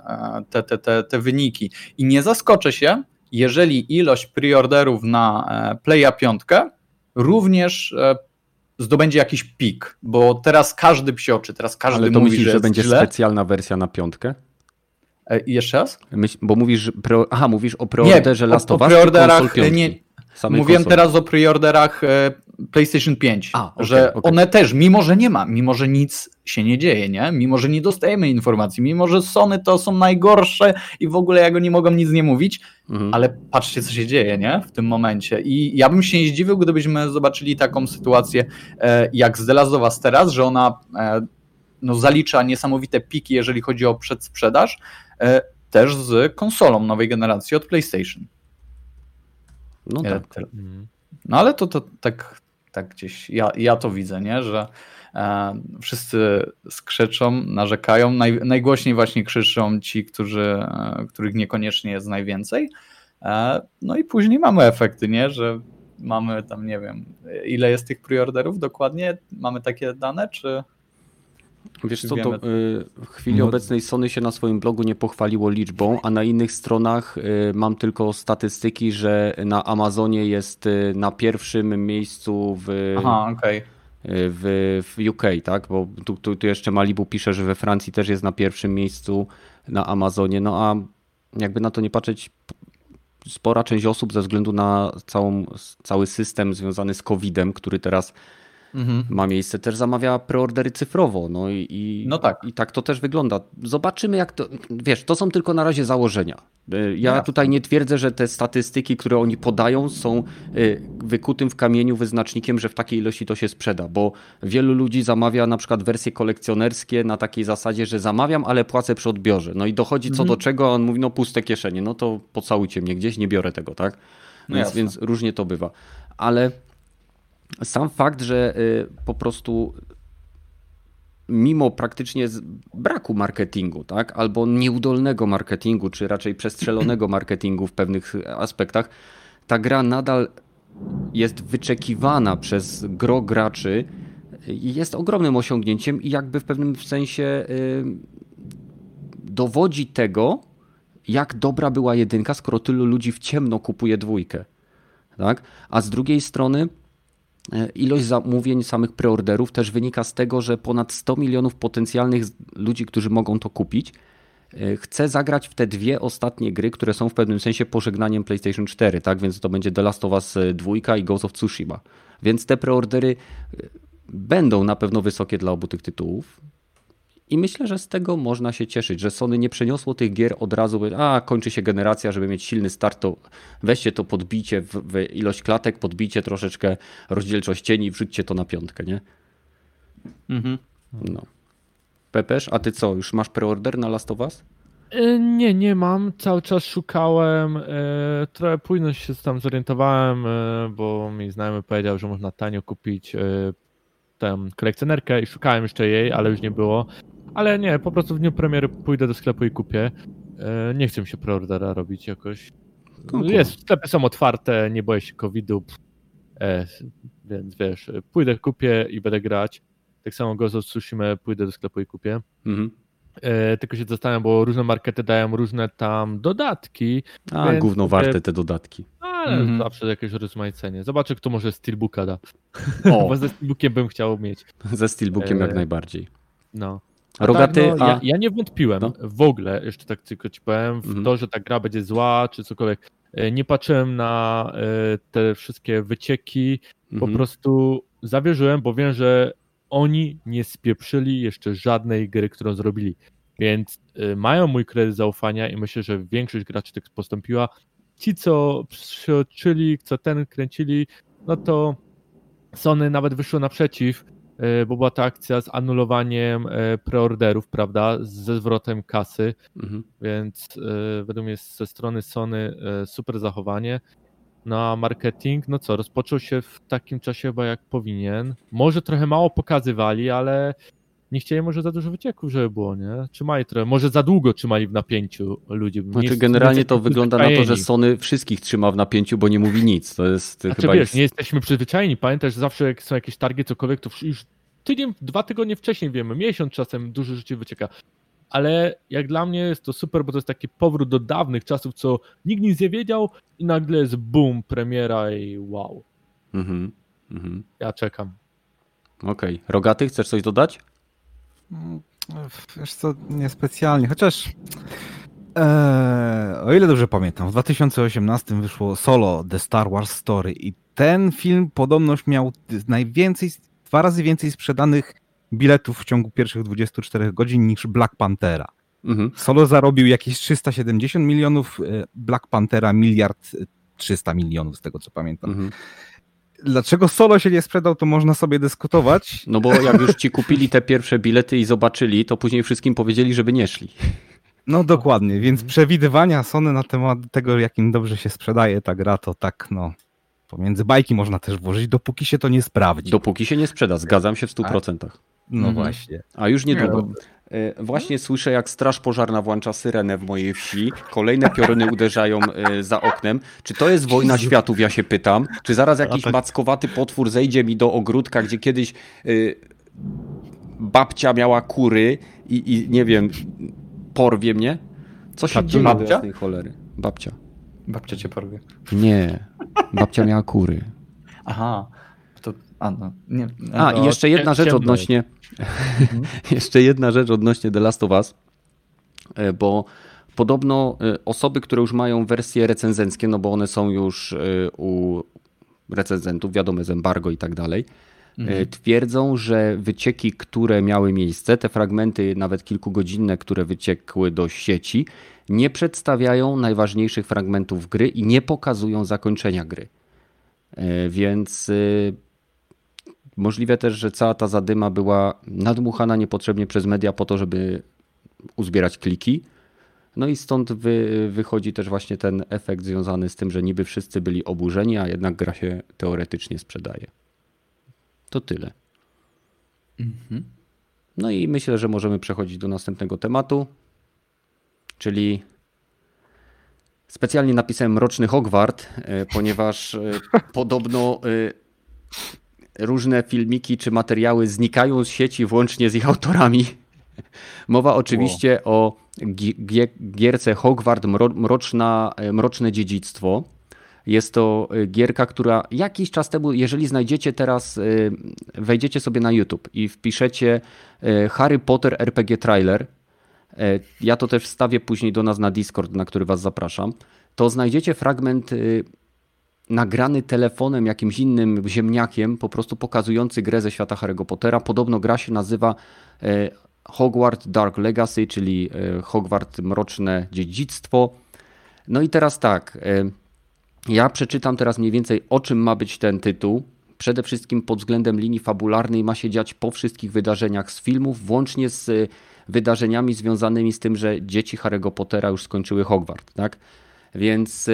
te wyniki. I nie zaskoczę się, jeżeli ilość preorderów na Playa 5 również zdobędzie jakiś pik, bo teraz każdy psioczy, teraz każdy ale to mówi, myślisz, że będzie źle. Specjalna wersja na 5? Jeszcze raz? Bo mówisz, mówisz o preorderze Last of Us, preorderach, nie. Mówiłem teraz o preorderach PlayStation 5, że one też, mimo że nic się nie dzieje, nie? Mimo że nie dostajemy informacji, mimo że Sony to są najgorsze i w ogóle jak oni mogą nic nie mówić, ale patrzcie, co się dzieje, nie? W tym momencie. I ja bym się nie zdziwił, gdybyśmy zobaczyli taką sytuację jak z The Last of Us teraz, że ona zalicza niesamowite piki, jeżeli chodzi o przedsprzedaż, też z konsolą nowej generacji od PlayStation. No tak. No ale to tak gdzieś ja to widzę, nie? Że wszyscy skrzyczą, narzekają, najgłośniej właśnie krzyczą ci, których niekoniecznie jest najwięcej, no i później mamy efekty, nie? Że mamy tam, nie wiem, ile jest tych preorderów dokładnie, mamy takie dane, czy... Wiesz co, w chwili obecnej Sony się na swoim blogu nie pochwaliło liczbą, a na innych stronach mam tylko statystyki, że na Amazonie jest na pierwszym miejscu w UK, tak? Bo tu jeszcze Malibu pisze, że we Francji też jest na pierwszym miejscu na Amazonie, no a jakby na to nie patrzeć, spora część osób ze względu na cały system związany z COVID-em, który teraz ma miejsce, też zamawia preordery cyfrowo. I tak to też wygląda. Zobaczymy, jak to... Wiesz, to są tylko na razie założenia. Ja tutaj nie twierdzę, że te statystyki, które oni podają, są wykutym w kamieniu wyznacznikiem, że w takiej ilości to się sprzeda, bo wielu ludzi zamawia na przykład wersje kolekcjonerskie na takiej zasadzie, że zamawiam, ale płacę przy odbiorze. No i dochodzi co do czego, a on mówi, no puste kieszenie, no to pocałujcie mnie gdzieś, nie biorę tego, tak? Więc różnie to bywa. Ale sam fakt, że po prostu mimo praktycznie braku marketingu, tak, albo nieudolnego marketingu, czy raczej przestrzelonego marketingu w pewnych aspektach, ta gra nadal jest wyczekiwana przez gro graczy i jest ogromnym osiągnięciem i jakby w pewnym sensie dowodzi tego, jak dobra była jedynka, skoro tylu ludzi w ciemno kupuje dwójkę. Tak? A z drugiej strony ilość zamówień samych preorderów też wynika z tego, że ponad 100 milionów potencjalnych ludzi, którzy mogą to kupić, chce zagrać w te dwie ostatnie gry, które są w pewnym sensie pożegnaniem PlayStation 4, tak? Więc to będzie The Last of Us 2 i Ghost of Tsushima. Więc te preordery będą na pewno wysokie dla obu tych tytułów. I myślę, że z tego można się cieszyć, że Sony nie przeniosło tych gier od razu, kończy się generacja, żeby mieć silny start, to weźcie to, podbijcie w ilość klatek, podbijcie troszeczkę rozdzielczość cieni i wrzućcie to na 5, nie? No. Pepesz, a ty co, już masz preorder na Last of Us? Nie mam. Cały czas szukałem. Trochę późno się tam zorientowałem, bo mi znajomy powiedział, że można tanio kupić tę kolekcjonerkę i szukałem jeszcze jej, ale już nie było. Ale nie, po prostu w dniu premiery pójdę do sklepu i kupię. Nie chcę mi się preordera robić jakoś. Sklepy są otwarte, nie boję się COVID-u. Więc wiesz, pójdę, kupię i będę grać. Tak samo Ghost of Tsushima, pójdę do sklepu i kupię. Tylko się zastanawiam, bo różne markety dają różne tam dodatki. Gówno warte te dodatki. Ale zawsze jakieś rozmaicenie. Zobaczę, kto może Steelbooka da. Bo ze Steelbookiem bym chciał mieć. Ze Steelbookiem jak najbardziej. No. Rogaty, ja nie wątpiłem w ogóle, jeszcze tak tylko ci powiem, w to, że ta gra będzie zła, czy cokolwiek. Nie patrzyłem na te wszystkie wycieki, po prostu zawierzyłem, bo wiem, że oni nie spieprzyli jeszcze żadnej gry, którą zrobili. Więc mają mój kredyt zaufania i myślę, że większość graczy tak postąpiła. Ci, co przeoczyli, co kręcili, no to Sony nawet wyszło naprzeciw, bo była ta akcja z anulowaniem preorderów, prawda, ze zwrotem kasy, więc według mnie ze strony Sony super zachowanie. No a marketing, no co, rozpoczął się w takim czasie chyba jak powinien. Może trochę mało pokazywali, ale nie chcieli może za dużo wycieków, żeby było, nie? Trzymali trochę, może za długo trzymali w napięciu ludzi. Znaczy generalnie to wygląda na to, że Sony wszystkich trzyma w napięciu, bo nie mówi nic. To jest chyba wiesz, nie jesteśmy przyzwyczajeni. Pamiętaj, że zawsze jak są jakieś targi, cokolwiek, to już tydzień, 2 tygodnie wcześniej wiemy, miesiąc czasem dużo rzeczy wycieka. Ale jak dla mnie jest to super, bo to jest taki powrót do dawnych czasów, co nikt nic nie wiedział i nagle jest boom, premiera i wow. Ja czekam. Okej. Rogaty, chcesz coś dodać? Wiesz co, niespecjalnie, chociaż o ile dobrze pamiętam, w 2018 wyszło Solo The Star Wars Story i ten film podobnoś miał 2 razy więcej sprzedanych biletów w ciągu pierwszych 24 godzin niż Black Panthera. Solo zarobił jakieś 370 milionów, Black Panthera 1,3 miliarda z tego co pamiętam. Dlaczego Solo się nie sprzedał, to można sobie dyskutować. No bo jak już ci kupili te pierwsze bilety i zobaczyli, to później wszystkim powiedzieli, żeby nie szli. No dokładnie, więc przewidywania Sony na temat tego, jakim dobrze się sprzedaje ta gra, to tak pomiędzy bajki można też włożyć, dopóki się to nie sprawdzi. Dopóki się nie sprzeda, zgadzam się w 100%. No właśnie. A już niedługo. Właśnie słyszę, jak straż pożarna włącza syrenę w mojej wsi. Kolejne pioruny uderzają za oknem. Czy to jest wojna światów, ja się pytam? Czy zaraz jakiś mackowaty potwór zejdzie mi do ogródka, gdzie kiedyś babcia miała kury i nie wiem, porwie mnie? Co się dzieje do jasnej cholery? Babcia. Babcia cię porwie. Nie. Babcia miała kury. Aha. To, nie. I jeszcze jedna rzecz odnośnie jeszcze jedna rzecz odnośnie The Last of Us, bo podobno osoby, które już mają wersje recenzenckie, no bo one są już u recenzentów, wiadomo, z embargo i tak dalej, twierdzą, że wycieki, które miały miejsce, te fragmenty nawet kilkugodzinne, które wyciekły do sieci, nie przedstawiają najważniejszych fragmentów gry i nie pokazują zakończenia gry. Więc możliwe też, że cała ta zadyma była nadmuchana niepotrzebnie przez media po to, żeby uzbierać kliki. No i stąd wychodzi też właśnie ten efekt związany z tym, że niby wszyscy byli oburzeni, a jednak gra się teoretycznie sprzedaje. To tyle. No i myślę, że możemy przechodzić do następnego tematu, czyli specjalnie napisałem Mroczny Hogwart, ponieważ podobno różne filmiki czy materiały znikają z sieci włącznie z ich autorami. Mowa oczywiście o gierce Hogwart Mroczne Dziedzictwo. Jest to gierka, która jakiś czas temu, jeżeli znajdziecie teraz, wejdziecie sobie na YouTube i wpiszecie Harry Potter RPG trailer, ja to też wstawię później do nas na Discord, na który was zapraszam, to znajdziecie fragment nagrany telefonem jakimś innym ziemniakiem, po prostu pokazujący grę ze świata Harry'ego Pottera. Podobno gra się nazywa Hogwarts Dark Legacy, czyli Hogwart Mroczne Dziedzictwo. No i teraz tak, ja przeczytam teraz mniej więcej, o czym ma być ten tytuł. Przede wszystkim pod względem linii fabularnej ma się dziać po wszystkich wydarzeniach z filmów, włącznie z wydarzeniami związanymi z tym, że dzieci Harry'ego Pottera już skończyły Hogwart, tak? Więc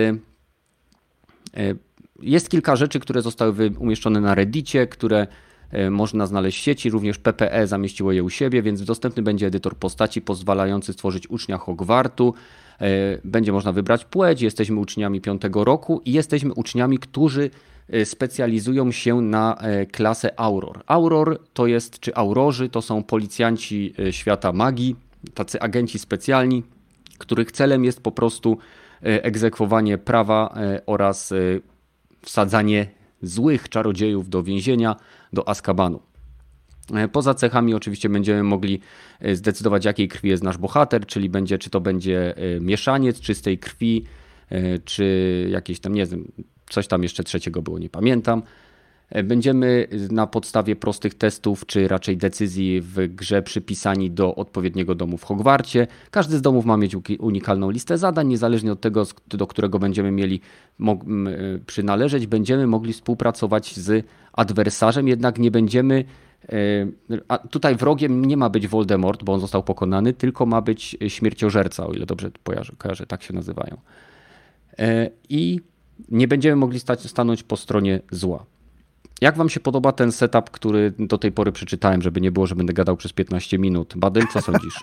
jest kilka rzeczy, które zostały umieszczone na Reddicie, które można znaleźć w sieci, również PPE zamieściło je u siebie, więc dostępny będzie edytor postaci pozwalający stworzyć ucznia Hogwartu. Będzie można wybrać płeć, jesteśmy uczniami 5. roku i jesteśmy uczniami, którzy specjalizują się na klasę Auror. Auror to jest, czy Aurorzy to są policjanci świata magii, tacy agenci specjalni, których celem jest po prostu egzekwowanie prawa oraz wsadzanie złych czarodziejów do więzienia, do Azkabanu. Poza cechami oczywiście będziemy mogli zdecydować, jakiej krwi jest nasz bohater, czyli czy to będzie mieszaniec czystej krwi, czy jakieś tam, nie wiem, coś tam jeszcze trzeciego było, nie pamiętam. Będziemy na podstawie prostych testów, czy raczej decyzji w grze przypisani do odpowiedniego domu w Hogwarcie. Każdy z domów ma mieć unikalną listę zadań, niezależnie od tego, do którego będziemy mieli przynależeć. Będziemy mogli współpracować z adwersarzem, jednak nie będziemy... A tutaj wrogiem nie ma być Voldemort, bo on został pokonany, tylko ma być śmierciożerca, o ile dobrze kojarzę, tak się nazywają. I nie będziemy mogli stanąć po stronie zła. Jak wam się podoba ten setup, który do tej pory przeczytałem, żeby nie było, że będę gadał przez 15 minut? Badyl, co sądzisz?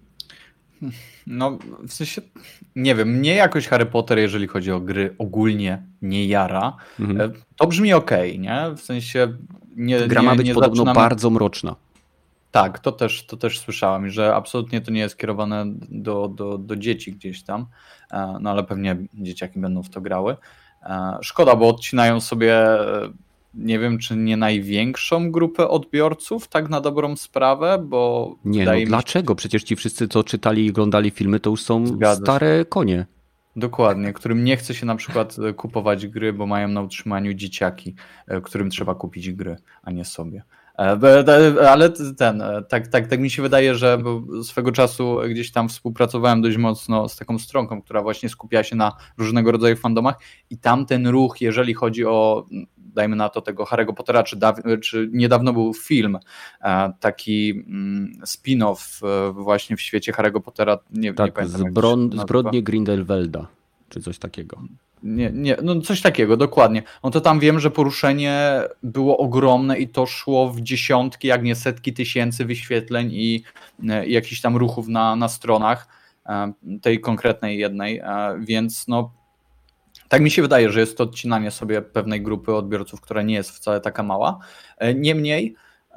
No, w sensie, nie wiem, mnie jakoś Harry Potter, jeżeli chodzi o gry, ogólnie nie jara. To brzmi okej, nie? W sensie... Gra ma być podobno bardzo mroczna. Tak, to też słyszałem, że absolutnie to nie jest kierowane do dzieci gdzieś tam, no ale pewnie dzieciaki będą w to grały. Szkoda, bo odcinają sobie, nie wiem, czy nie największą grupę odbiorców, tak na dobrą sprawę, bo... Nie, no dlaczego? Przecież ci wszyscy, co czytali i oglądali filmy, to już są stare konie. Dokładnie, którym nie chce się na przykład kupować gry, bo mają na utrzymaniu dzieciaki, którym trzeba kupić gry, a nie sobie. Ale tak mi się wydaje, że swego czasu gdzieś tam współpracowałem dość mocno z taką stronką, która właśnie skupia się na różnego rodzaju fandomach i tam ten ruch, jeżeli chodzi o, dajmy na to, tego Harry'ego Pottera, czy niedawno był film, taki spin-off właśnie w świecie Harry'ego Pottera, nie pamiętam. Zbrodnie Grindelwalda, czy coś takiego. Nie, no coś takiego, dokładnie. No to tam wiem, że poruszenie było ogromne i to szło w dziesiątki, jak nie setki tysięcy wyświetleń i jakichś tam ruchów na stronach tej konkretnej jednej, więc no tak mi się wydaje, że jest to odcinanie sobie pewnej grupy odbiorców, która nie jest wcale taka mała. Niemniej,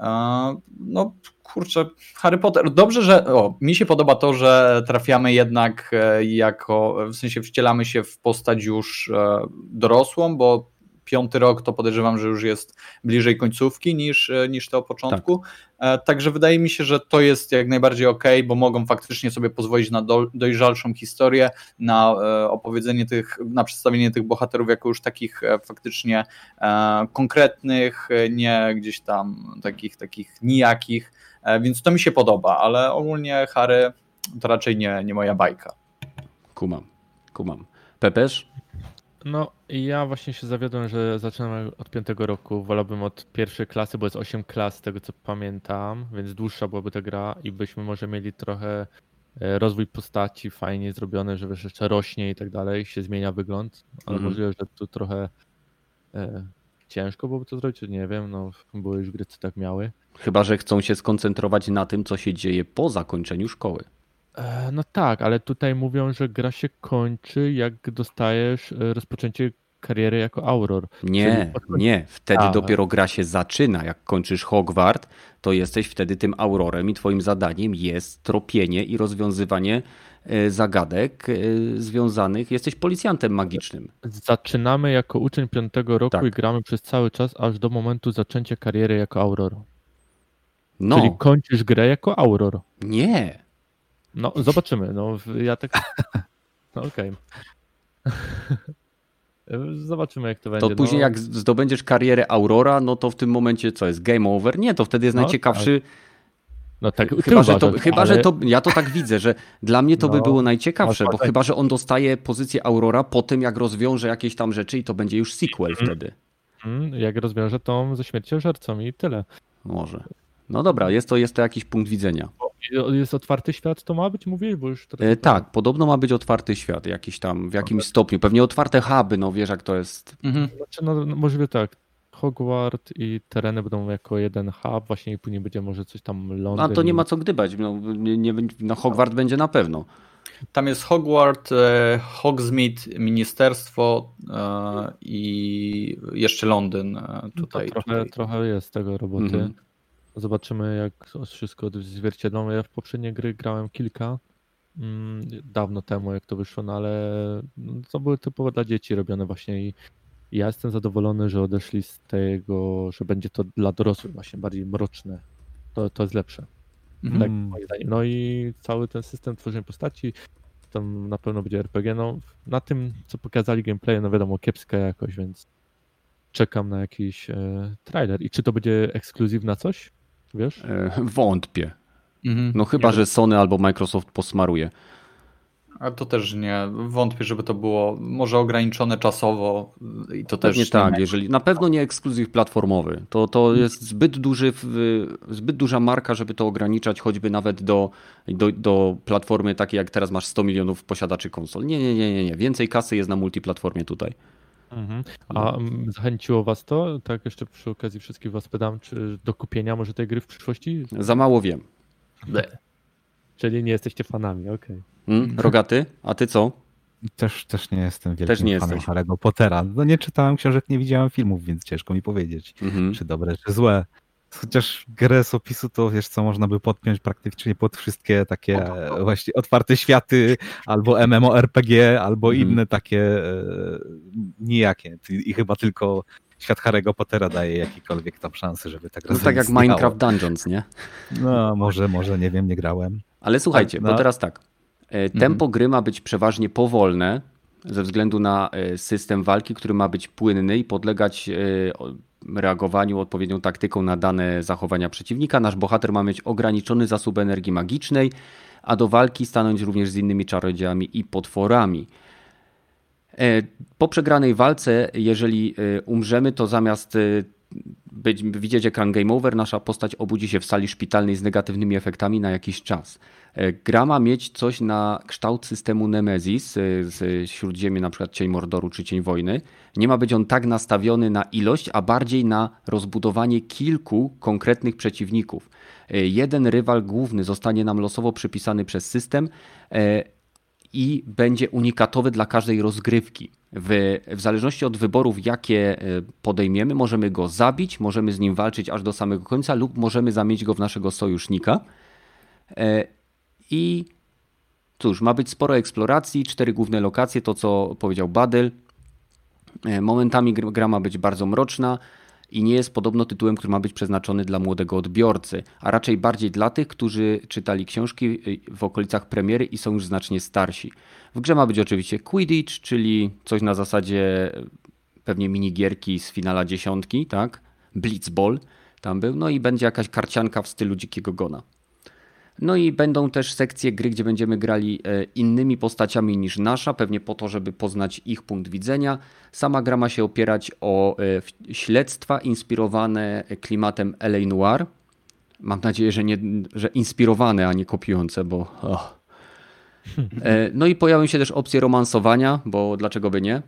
no kurczę, Harry Potter, dobrze, że mi się podoba to, że trafiamy jednak w sensie wcielamy się w postać już dorosłą, bo 5. rok to podejrzewam, że już jest bliżej końcówki niż to o początku. Tak. Także wydaje mi się, że to jest jak najbardziej okej, bo mogą faktycznie sobie pozwolić na dojrzalszą historię, na opowiedzenie na przedstawienie tych bohaterów jako już takich faktycznie konkretnych, nie gdzieś tam takich nijakich, więc to mi się podoba, ale ogólnie Harry to raczej nie moja bajka. Kumam. Pepeż? No ja właśnie się zawiodłem, że zaczynam od 5. roku, wolałbym od pierwszej klasy, bo jest 8 klas z tego co pamiętam, więc dłuższa byłaby ta gra i byśmy może mieli trochę rozwój postaci fajnie zrobiony, że wiesz, jeszcze rośnie i tak dalej, się zmienia wygląd, ale możliwe, że tu trochę ciężko byłoby to zrobić, nie wiem, no były już gry co tak miały. Chyba że chcą się skoncentrować na tym, co się dzieje po zakończeniu szkoły. No tak, ale tutaj mówią, że gra się kończy, jak dostajesz rozpoczęcie kariery jako Auror. Nie. Wtedy dopiero gra się zaczyna. Jak kończysz Hogwart, to jesteś wtedy tym Aurorem i twoim zadaniem jest tropienie i rozwiązywanie zagadek związanych. Jesteś policjantem magicznym. Zaczynamy jako uczeń 5. roku i gramy przez cały czas, aż do momentu zaczęcia kariery jako Auror. No. Czyli kończysz grę jako Auror. Nie. No, zobaczymy. No, ja tak... No, okej. Zobaczymy, jak to będzie. To później jak zdobędziesz karierę Aurora, no to w tym momencie co jest? Game over? Nie, to wtedy jest najciekawszy... Tak. No tak, chyba, że ja to tak widzę, że dla mnie to by było najciekawsze, bo chyba, że on dostaje pozycję Aurora po tym, jak rozwiąże jakieś tam rzeczy i to będzie już sequel wtedy. Jak rozwiąże tą ze śmierciożercą i tyle. Może. No dobra, jest to jakiś punkt widzenia. Jest otwarty świat, to ma być, mówiłeś? Bo już tak, podobno ma być otwarty świat jakiś tam, w jakimś stopniu. Pewnie otwarte huby, no wiesz jak to jest. Znaczy, no możliwe tak. Hogwart i tereny będą jako jeden hub, właśnie i później będzie może coś tam Londyn. A to nie ma co gdybać, no Hogwart będzie na pewno. Tam jest Hogwarts, Hogsmeade, Ministerstwo i jeszcze Londyn tutaj. Trochę jest tego roboty. Zobaczymy, jak wszystko odzwierciedlą. Ja w poprzednie gry grałem kilka dawno temu, jak to wyszło, no ale to były typowo dla dzieci robione właśnie i ja jestem zadowolony, że odeszli z tego, że będzie to dla dorosłych właśnie bardziej mroczne. To jest lepsze. Tak, moim zdaniem. No i cały ten system tworzenia postaci, tam na pewno będzie RPG. No, na tym, co pokazali gameplay, no wiadomo, kiepska jakość, więc czekam na jakiś trailer. I czy to będzie ekskluzyw na coś? Wiesz? Wątpię. No chyba, że Sony albo Microsoft posmaruje. A to też nie. Wątpię, żeby to było może ograniczone czasowo i to też. Nie tak, jeżeli na pewno nie ekskluzyw platformowy. To jest zbyt duża marka, żeby to ograniczać choćby nawet do platformy takiej jak teraz masz 100 milionów posiadaczy konsol. Nie. Więcej kasy jest na multiplatformie tutaj. A zachęciło was to? Tak jeszcze przy okazji wszystkich was pytam, czy do kupienia może tej gry w przyszłości? Za mało wiem. Czyli nie jesteście fanami, okej. Rogaty, a ty co? Też nie jestem wielkim fanem Harry'ego Pottera. No nie czytałem książek, nie widziałem filmów, więc ciężko mi powiedzieć, czy dobre, czy złe. Chociaż grę z opisu to wiesz co, można by podpiąć praktycznie pod wszystkie takie właśnie otwarte światy, albo MMORPG, albo inne takie nijakie. I chyba tylko świat Harry'ego Pottera daje jakiekolwiek tam szansy, żeby tak No tak jak Minecraft Dungeons, nie? No może, nie wiem, nie grałem. Ale słuchajcie, bo teraz tak. Tempo gry ma być przeważnie powolne ze względu na system walki, który ma być płynny i podlegać reagowaniu odpowiednią taktyką na dane zachowania przeciwnika. Nasz bohater ma mieć ograniczony zasób energii magicznej, a do walki stanąć również z innymi czarodziejami i potworami. Po przegranej walce, jeżeli umrzemy, to zamiast widzieć ekran game over, nasza postać obudzi się w sali szpitalnej z negatywnymi efektami na jakiś czas. Gra ma mieć coś na kształt systemu Nemesis z Śródziemia, na przykład Cień Mordoru czy Cień Wojny. Nie ma być on tak nastawiony na ilość, a bardziej na rozbudowanie kilku konkretnych przeciwników. Jeden rywal główny zostanie nam losowo przypisany przez system i będzie unikatowy dla każdej rozgrywki. W zależności od wyborów, jakie podejmiemy, możemy go zabić, możemy z nim walczyć aż do samego końca lub możemy zamienić go w naszego sojusznika. I cóż, ma być sporo eksploracji, 4 główne lokacje, to co powiedział Badyl. Momentami gra ma być bardzo mroczna i nie jest podobno tytułem, który ma być przeznaczony dla młodego odbiorcy, a raczej bardziej dla tych, którzy czytali książki w okolicach premiery i są już znacznie starsi. W grze ma być oczywiście Quidditch, czyli coś na zasadzie pewnie minigierki z finala 10, tak? Blitzball tam był, no i będzie jakaś karcianka w stylu Dzikiego Gona. No i będą też sekcje gry, gdzie będziemy grali innymi postaciami niż nasza, pewnie po to, żeby poznać ich punkt widzenia. Sama gra ma się opierać o śledztwa inspirowane klimatem LA Noir. Mam nadzieję, że inspirowane, a nie kopiujące, bo... No i pojawią się też opcje romansowania, bo dlaczego by nie?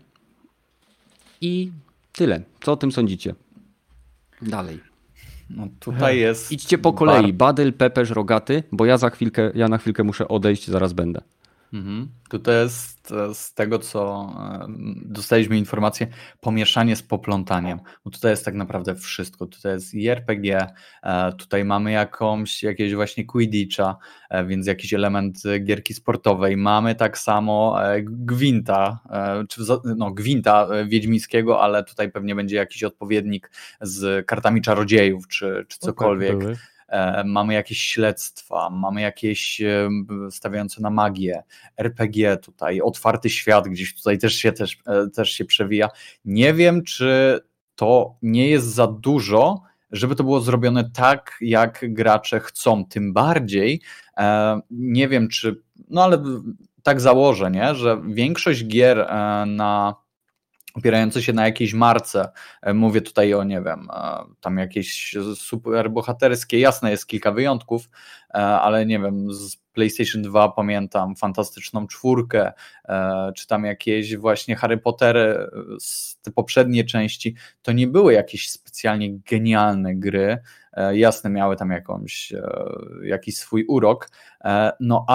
I tyle. Co o tym sądzicie? Dalej. No tutaj jest... Idźcie po kolei. Badyl, Pepeż, Rogaty, bo ja na chwilkę muszę odejść, zaraz będę. Tutaj jest z tego, co dostaliśmy informację, pomieszanie z poplątaniem. Bo tutaj jest tak naprawdę wszystko. Tutaj jest i RPG, tutaj mamy jakieś właśnie Quidditcha, więc jakiś element gierki sportowej. Mamy tak samo Gwinta, Gwinta wiedźmińskiego, ale tutaj pewnie będzie jakiś odpowiednik z kartami czarodziejów, czy cokolwiek. Mamy jakieś śledztwa, mamy jakieś stawiające na magię, RPG tutaj, otwarty świat gdzieś tutaj też się przewija. Nie wiem, czy to nie jest za dużo, żeby to było zrobione tak, jak gracze chcą. Tym bardziej, nie wiem, czy, no ale tak założę, nie, że większość gier opierające się na jakiejś marce, mówię tutaj o, nie wiem, tam jakieś superbohaterskie, jasne jest kilka wyjątków, ale nie wiem, z PlayStation 2 pamiętam Fantastyczną Czwórkę, czy tam jakieś właśnie Harry Pottery z te poprzednie części, to nie były jakieś specjalnie genialne gry, jasne miały tam jakiś swój urok, no ale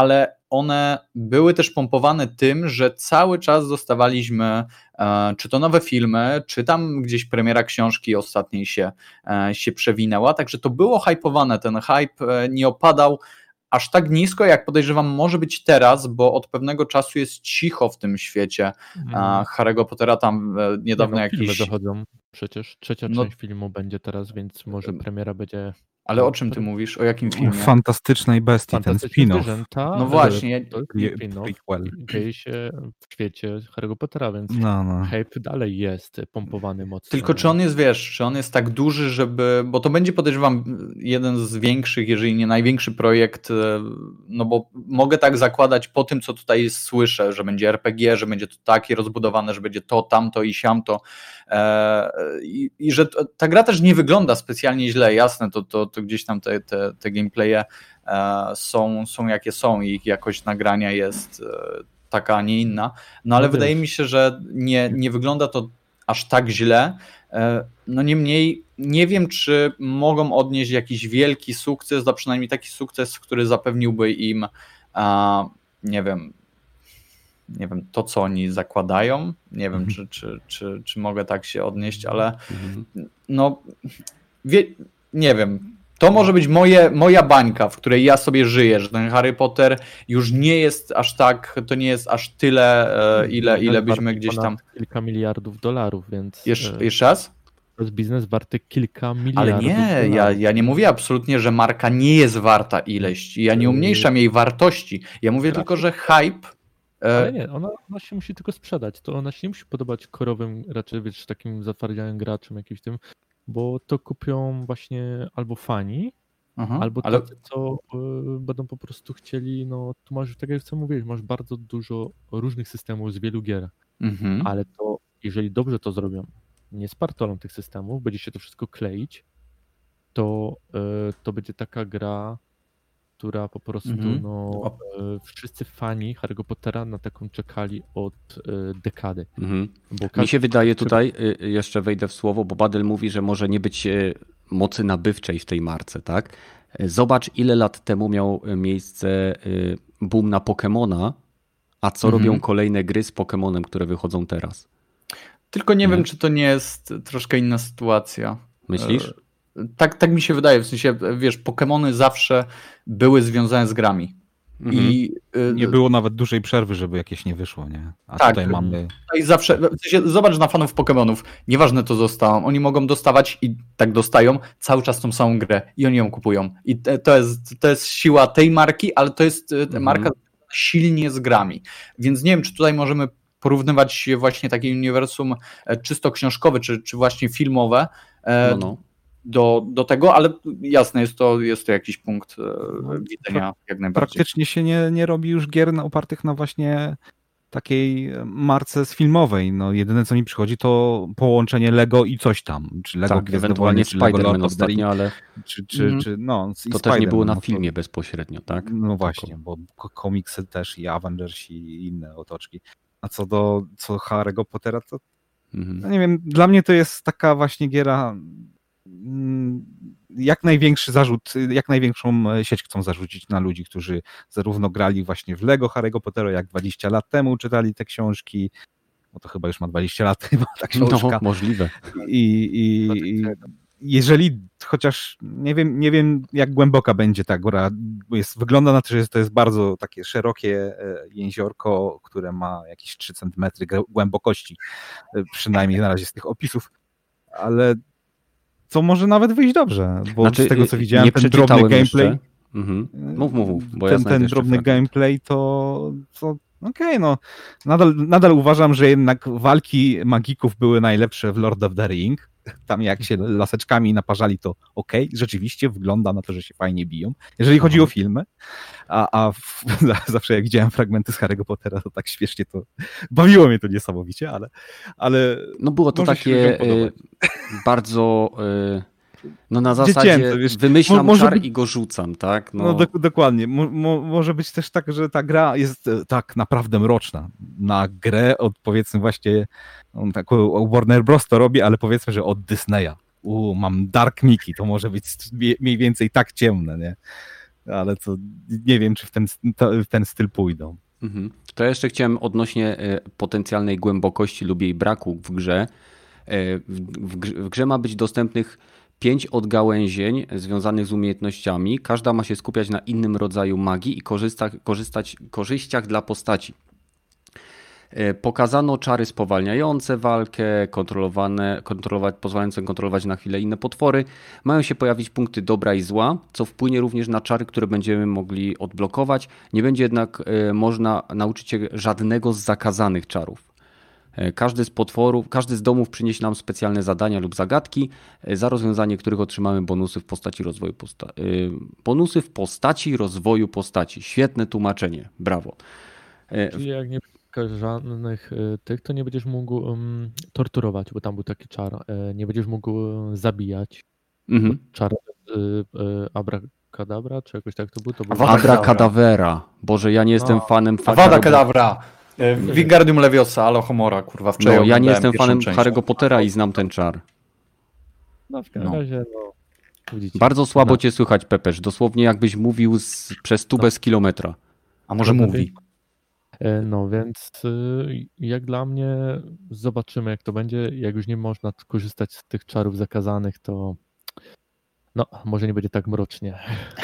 one były też pompowane tym, że cały czas dostawaliśmy czy to nowe filmy, czy tam gdzieś premiera książki ostatniej się przewinęła, także to było hypowane, ten hype nie opadał aż tak nisko, jak podejrzewam może być teraz, bo od pewnego czasu jest cicho w tym świecie Harry'ego Pottera, tam niedawno jakieś... Filmy dochodzą przecież, trzecia część filmu będzie teraz, więc może premiera będzie... Ale o czym ty mówisz? O jakim filmie? Fantastycznej bestii, ten spin-off. No właśnie. To dzieje się w świecie Harry'ego Pottera, więc hype dalej jest pompowany mocno. Tylko czy on jest, wiesz, czy on jest tak duży, żeby... Bo to będzie, podejrzewam, jeden z większych, jeżeli nie największy projekt, no bo mogę tak zakładać po tym, co tutaj słyszę, że będzie RPG, że będzie to takie rozbudowane, że będzie to, tamto i siamto. I że ta gra też nie wygląda specjalnie źle, jasne, to gdzieś tam te gameplaye są jakie są i ich jakość nagrania jest taka, a nie inna, no ale wydaje mi się, że nie wygląda to aż tak źle, no niemniej nie wiem, czy mogą odnieść jakiś wielki sukces, a przynajmniej taki sukces, który zapewniłby im nie wiem, to co oni zakładają, nie wiem, czy mogę tak się odnieść, ale no nie wiem, to może być moja bańka, w której ja sobie żyję, że ten Harry Potter już nie jest aż tak, to nie jest aż tyle, ile byśmy gdzieś tam... Kilka miliardów dolarów, więc... Jeszcze raz? To jest biznes warty kilka miliardów Ale nie, dolarów. ja nie mówię absolutnie, że marka nie jest warta ileś, ja nie umniejszam jej wartości, ja mówię tylko, że hype... Ale nie, ona się musi tylko sprzedać, to ona się nie musi podobać korowym, raczej wiesz, takim zatwardziałym graczem jakimś tym, bo to kupią właśnie albo fani, albo tacy, co będą po prostu chcieli, no tu masz, tak jak co mówiłeś, masz bardzo dużo różnych systemów z wielu gier, ale to, jeżeli dobrze to zrobią, nie spartolą tych systemów, będzie się to wszystko kleić, to będzie taka gra, która po prostu, wszyscy fani Harry'ego Pottera na taką czekali od dekady. Mi się wydaje tutaj, jeszcze wejdę w słowo, bo Badel mówi, że może nie być mocy nabywczej w tej marce, tak? Zobacz, ile lat temu miał miejsce boom na Pokemona, a co robią kolejne gry z Pokemonem, które wychodzą teraz. Tylko nie wiem, czy to nie jest troszkę inna sytuacja. Myślisz? Tak mi się wydaje, w sensie, wiesz, Pokemony zawsze były związane z grami. I nie było nawet dużej przerwy, żeby jakieś nie wyszło, nie? A tak, tutaj mamy... I zawsze, w sensie, zobacz na fanów Pokemonów, nieważne to zostało, oni mogą dostawać i tak dostają cały czas tą samą grę i oni ją kupują. I to jest siła tej marki, ale to jest marka silnie z grami. Więc nie wiem, czy tutaj możemy porównywać właśnie takie uniwersum czysto książkowe, czy właśnie filmowe, do tego, ale jasne, jest to jakiś punkt widzenia jak najbardziej. Praktycznie się nie robi już gier opartych na właśnie takiej marce z filmowej. No, jedyne co mi przychodzi to połączenie Lego i coś tam. Czy Lego ewentualnie Spider-Man ostatnio, ale to też nie było na filmie bezpośrednio, tak? No właśnie, bo komiksy też i Avengers i inne otoczki. A co Harry'ego Pottera, to no nie wiem, dla mnie to jest taka właśnie giera jak największy zarzut, jak największą sieć chcą zarzucić na ludzi, którzy zarówno grali właśnie w Lego Harry'ego Pottera, jak 20 lat temu czytali te książki, bo to chyba już ma 20 lat chyba ta książka. No, możliwe. I jeżeli, chociaż nie wiem jak głęboka będzie ta góra, wygląda na to, że to jest bardzo takie szerokie jeziorko, które ma jakieś 3 cm głębokości, przynajmniej na razie z tych opisów, ale co może nawet wyjść dobrze, bo z tego co widziałem, ten drobny gameplay. Mów, bo ten drobny gameplay to okej, no nadal uważam, że jednak walki magików były najlepsze w Lord of the Ring. Tam jak się laseczkami naparzali, to rzeczywiście wygląda na to, że się fajnie biją. Jeżeli chodzi o filmy, zawsze jak widziałem fragmenty z Harry'ego Pottera, to tak śmiesznie to bawiło mnie to niesamowicie, ale no było to takie bardzo na zasadzie wymyślam czar i go rzucam, tak? No dokładnie. Może być też tak, że ta gra jest tak naprawdę mroczna. Na grę od powiedzmy właśnie Warner Bros. To robi, ale powiedzmy, że od Disneya. Mam Dark Mickey, to może być mniej więcej tak ciemne, nie? ale to nie wiem, czy w ten styl pójdą. To jeszcze chciałem odnośnie potencjalnej głębokości lub jej braku w grze. W grze ma być dostępnych 5 odgałęzień związanych z umiejętnościami. Każda ma się skupiać na innym rodzaju magii i korzyściach dla postaci. Pokazano czary spowalniające walkę, pozwalające kontrolować na chwilę inne potwory. Mają się pojawić punkty dobra i zła, co wpłynie również na czary, które będziemy mogli odblokować. Nie będzie jednak można nauczyć się żadnego z zakazanych czarów. Każdy z domów przyniesie nam specjalne zadania lub zagadki, za rozwiązanie których otrzymamy bonusy w postaci rozwoju postaci. Świetne tłumaczenie, brawo. Czyli jak nie żadnych tych, to nie będziesz mógł torturować, bo tam był taki czar. Nie będziesz mógł zabijać. Czar Abracadabra, czy jakoś tak to był? Abracadabra. Boże, ja nie jestem fanem Avada Kedavra. Wingardium Leviosa, Alohomora, kurwa. No, ja nie jestem fanem Harry'ego Pottera i znam ten czar. No w każdym razie, widzicie. Bardzo słabo cię słychać, Pepesz. Dosłownie jakbyś mówił przez tubę z kilometra. A może mówi? No więc jak dla mnie zobaczymy, jak to będzie. Jak już nie można korzystać z tych czarów zakazanych, to może nie będzie tak mrocznie.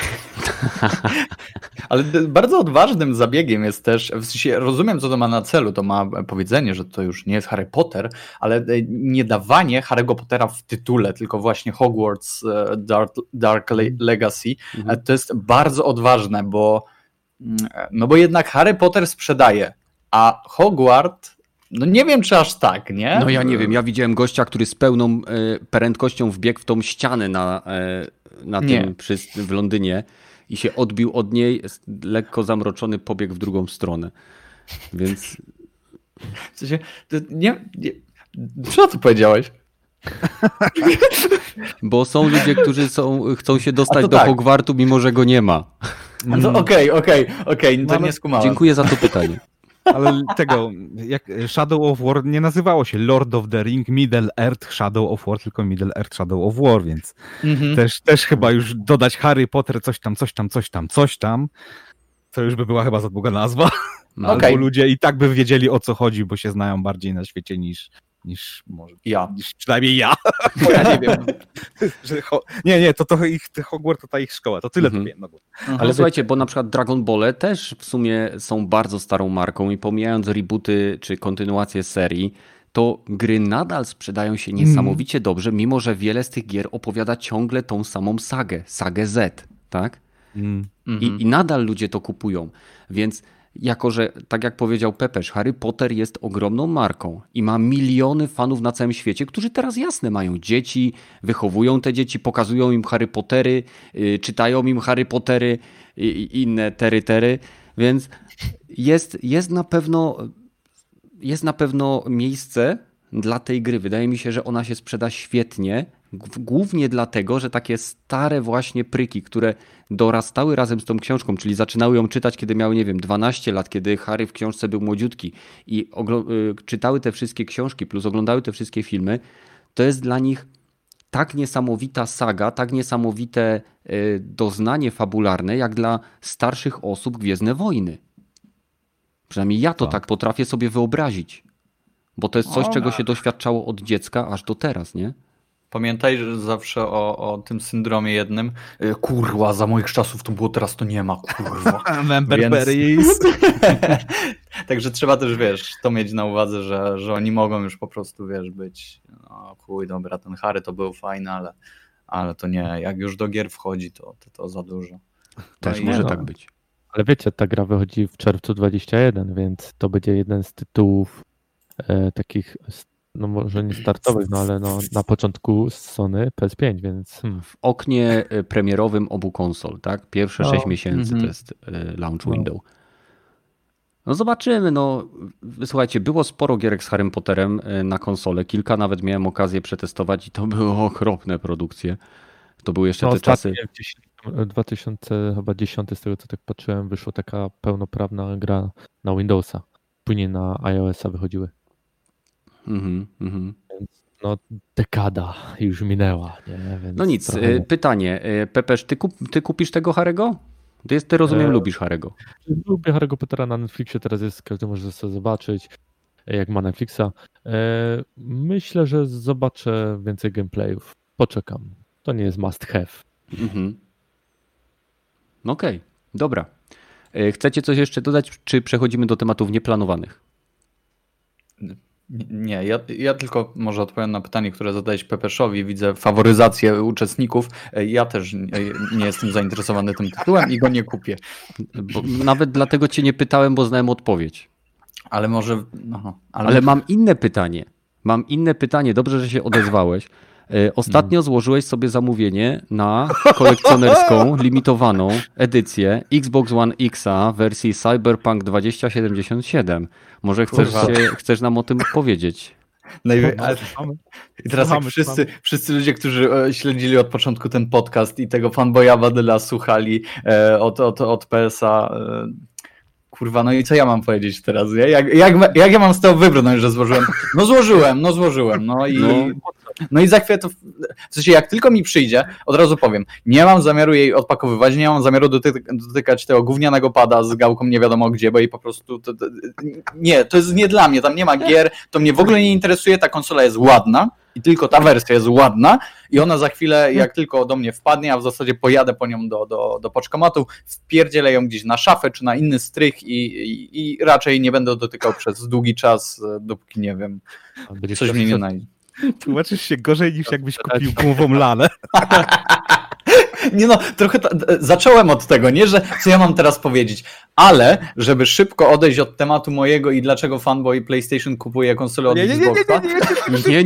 Ale bardzo odważnym zabiegiem jest też, w sensie rozumiem, co to ma na celu, to ma powiedzenie, że to już nie jest Harry Potter, ale nie dawanie Harry'ego Pottera w tytule, tylko właśnie Hogwarts Dark Legacy, to jest bardzo odważne, bo jednak Harry Potter sprzedaje, a Hogwarts, nie wiem, czy aż tak, nie? No ja nie wiem, ja widziałem gościa, który z pełną prędkością wbiegł w tą ścianę w Londynie i się odbił od niej, lekko zamroczony pobiegł w drugą stronę. Więc... W sensie, co ty powiedziałeś? Bo są ludzie, którzy chcą się dostać do Hogwartu, mimo że go nie ma. Okej, to nie skumałem. Dziękuję za to pytanie. Ale jak Shadow of War nie nazywało się Lord of the Ring, Middle Earth, Shadow of War, tylko Middle Earth, Shadow of War, więc też chyba już dodać Harry Potter, coś tam, to już by była chyba za długa nazwa. Albo ludzie i tak by wiedzieli, o co chodzi, bo się znają bardziej na świecie niż może ja. Niż przynajmniej ja. Bo ja nie wiem. Nie, to ich Hogwarts to ta ich szkoła, to tyle to wiem. Ale słuchajcie, bo na przykład Dragon Ball też w sumie są bardzo starą marką i pomijając rebooty czy kontynuację serii, to gry nadal sprzedają się niesamowicie dobrze, mimo że wiele z tych gier opowiada ciągle tą samą sagę Z, tak? I nadal ludzie to kupują, więc jako że, tak jak powiedział Pepesz, Harry Potter jest ogromną marką i ma miliony fanów na całym świecie, którzy teraz jasne mają dzieci, wychowują te dzieci, pokazują im Harry Pottery, czytają im Harry Pottery i inne tery, więc jest na pewno miejsce dla tej gry. Wydaje mi się, że ona się sprzeda świetnie, głównie dlatego, że takie stare właśnie pryki, które dorastały razem z tą książką, czyli zaczynały ją czytać, kiedy miały, 12 lat, kiedy Harry w książce był młodziutki i czytały te wszystkie książki plus oglądały te wszystkie filmy, to jest dla nich tak niesamowita saga, tak niesamowite doznanie fabularne, jak dla starszych osób Gwiezdne Wojny. Przynajmniej ja to tak potrafię sobie wyobrazić, bo to jest coś, czego się doświadczało od dziecka aż do teraz, nie? Pamiętaj że zawsze o tym syndromie jednym. Kurwa, za moich czasów to było, teraz to nie ma, kurwa. Więc... Także trzeba też, to mieć na uwadze, że oni mogą już po prostu, być, dobra, ten Harry to był fajny, ale to nie, jak już do gier wchodzi, to za dużo. Też może tak być. Ale wiecie, ta gra wychodzi w czerwcu 21, więc to będzie jeden z tytułów takich, może nie startowych, ale na początku Sony PS5, więc... W oknie premierowym obu konsol, tak? Pierwsze 6 miesięcy to jest launch window. No zobaczymy, Słuchajcie, było sporo gierek z Harrym Potterem na konsolę, kilka nawet miałem okazję przetestować i to były okropne produkcje. To były jeszcze te czasy... W 2010, z tego co tak patrzyłem, wyszła taka pełnoprawna gra na Windowsa. Później na iOS-a wychodziły. Więc dekada już minęła. Nie? Więc nic, pytanie. Pepesz, ty kupisz tego Harry'ego? Ty rozumiem, lubisz Harry'ego. Lubię Harry'ego Pottera na Netflixie, teraz jest, każdy może sobie zobaczyć, jak ma Netflixa. Myślę, że zobaczę więcej gameplayów. Poczekam. To nie jest must have. Okej, dobra. Chcecie coś jeszcze dodać, czy przechodzimy do tematów nieplanowanych? Nie, ja tylko może odpowiem na pytanie, które zadałeś Pepeszowi. Widzę faworyzację uczestników. Ja też nie jestem zainteresowany tym tytułem i go nie kupię. Bo nawet dlatego cię nie pytałem, bo znałem odpowiedź. Ale może... Ale mam inne pytanie. Dobrze, że się odezwałeś. Ostatnio złożyłeś sobie zamówienie na kolekcjonerską, limitowaną edycję Xbox One X'a wersji Cyberpunk 2077. Może chcesz nam o tym powiedzieć? I teraz jak wszyscy ludzie, którzy śledzili od początku ten podcast i tego fanboya Badyla słuchali od PS-a, kurwa, no i co ja mam powiedzieć teraz? Nie? Jak ja mam z tego wybrnąć, że złożyłem? No złożyłem. No i za chwilę to... W sensie, jak tylko mi przyjdzie, od razu powiem, nie mam zamiaru jej odpakowywać, nie mam zamiaru dotykać tego gównianego pada z gałką nie wiadomo gdzie, bo jej po prostu... Nie, to jest nie dla mnie, tam nie ma gier, to mnie w ogóle nie interesuje, ta konsola jest ładna i tylko ta wersja jest ładna i ona za chwilę, jak tylko do mnie wpadnie, a w zasadzie pojadę po nią do poczkomatu, wpierdzielę ją gdzieś na szafę czy na inny strych i raczej nie będę dotykał przez długi czas, dopóki nie wiem, coś mnie nie najdzie. Tłumaczysz się gorzej niż jakbyś kupił gumową lalę. Nie no, trochę zacząłem od tego, nie, że co ja mam teraz powiedzieć, ale żeby szybko odejść od tematu mojego i dlaczego fanboy PlayStation kupuje konsolę od Xboxa. Nie.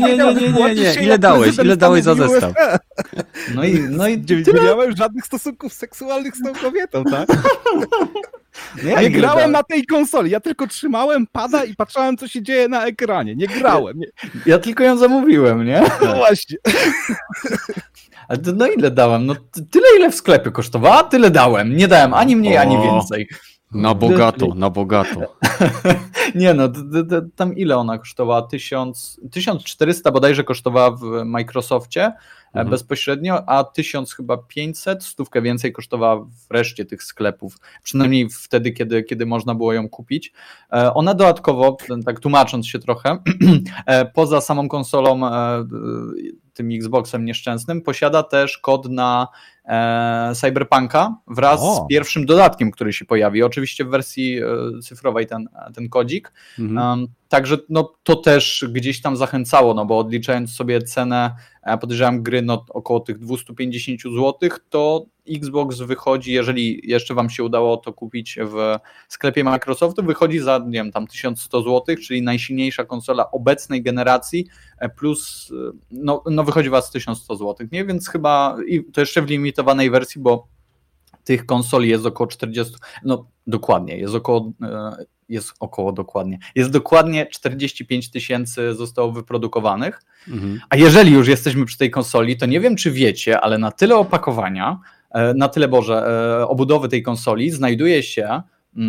Ile dałeś za zestaw? No i nie miałem żadnych stosunków seksualnych z tą kobietą, tak? Nie grałem na tej konsoli, ja tylko trzymałem pada i patrzałem, co się dzieje na ekranie. Nie grałem. Ja tylko ją zamówiłem, nie? No właśnie. Ale no ile dałem? No tyle, ile w sklepie kosztowała, tyle dałem. Nie dałem ani mniej, ani więcej. Na bogato. Nie no, tam ile ona kosztowała? 1400 bodajże kosztowała w Microsoftie bezpośrednio, a 1000 chyba 500, stówkę więcej kosztowała w reszcie tych sklepów. Przynajmniej wtedy, kiedy można było ją kupić. Ona dodatkowo, tak tłumacząc się trochę, poza samą konsolą, tym Xboxem nieszczęsnym, posiada też kod na Cyberpunka wraz z pierwszym dodatkiem, który się pojawi. Oczywiście w wersji cyfrowej ten kodzik. Także no, to też gdzieś tam zachęcało, no bo odliczając sobie cenę, podejrzewam gry około tych 250 zł, to Xbox wychodzi, jeżeli jeszcze wam się udało to kupić w sklepie Microsoftu, wychodzi za, nie wiem, tam 1100 zł, czyli najsilniejsza konsola obecnej generacji, plus no wychodzi was 1100 zł, nie? Więc chyba, i to jeszcze w limitowanej wersji, bo tych konsoli jest około 40, no dokładnie, jest dokładnie 45 000 zostało wyprodukowanych, a jeżeli już jesteśmy przy tej konsoli, to nie wiem, czy wiecie, ale na tyle opakowania, obudowy tej konsoli znajduje się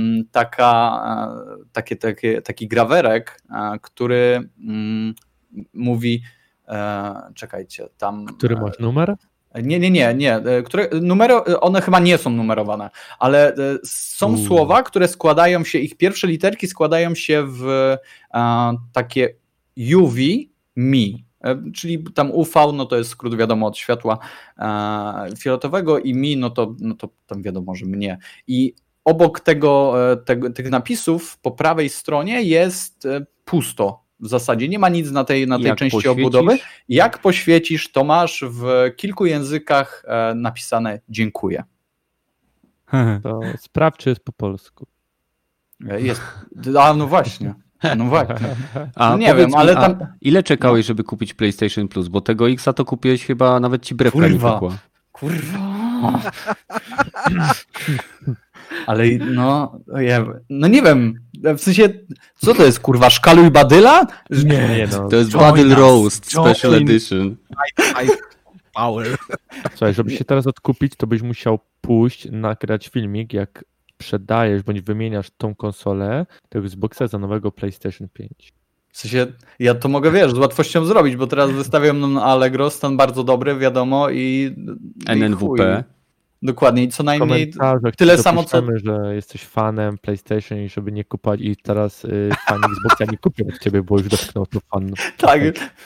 taki grawerek, który mówi, czekajcie, tam... Który masz numer? Nie. Numery, one chyba nie są numerowane, ale są słowa, które składają się, ich pierwsze literki składają się w takie UV, mi. Czyli tam UV, no to jest skrót, wiadomo, od światła fioletowego i mi, no to tam wiadomo, że mnie. I obok tych napisów po prawej stronie jest pusto. W zasadzie nie ma nic na tej części obudowy. Jak poświecisz, to masz w kilku językach napisane dziękuję. To sprawdź, czy jest po polsku. Jest. No właśnie. A nie wiem, ale tam... Ile czekałeś, żeby kupić PlayStation Plus? Bo tego X-a to kupiłeś chyba, nawet ci brewka nie pykła. Kurwa. Ale no nie wiem, w sensie, co to jest, kurwa, szkaluj Badyla? Nie no. To jest Badyl Roast Special Edition. Power. Słuchaj, żeby się teraz odkupić, to byś musiał pójść, nagrać filmik, jak sprzedajesz bądź wymieniasz tą konsolę tego Xboxa za nowego PlayStation 5. W sensie, ja to mogę, wiesz, z łatwością zrobić, bo teraz wystawiam na Allegro, stan bardzo dobry, wiadomo, i NNWP. Dokładnie i co najmniej tyle samo co... że jesteś fanem PlayStation i żeby nie kupować i teraz fani Xboxa nie kupią od ciebie, bo już dotknął to fan. Tak.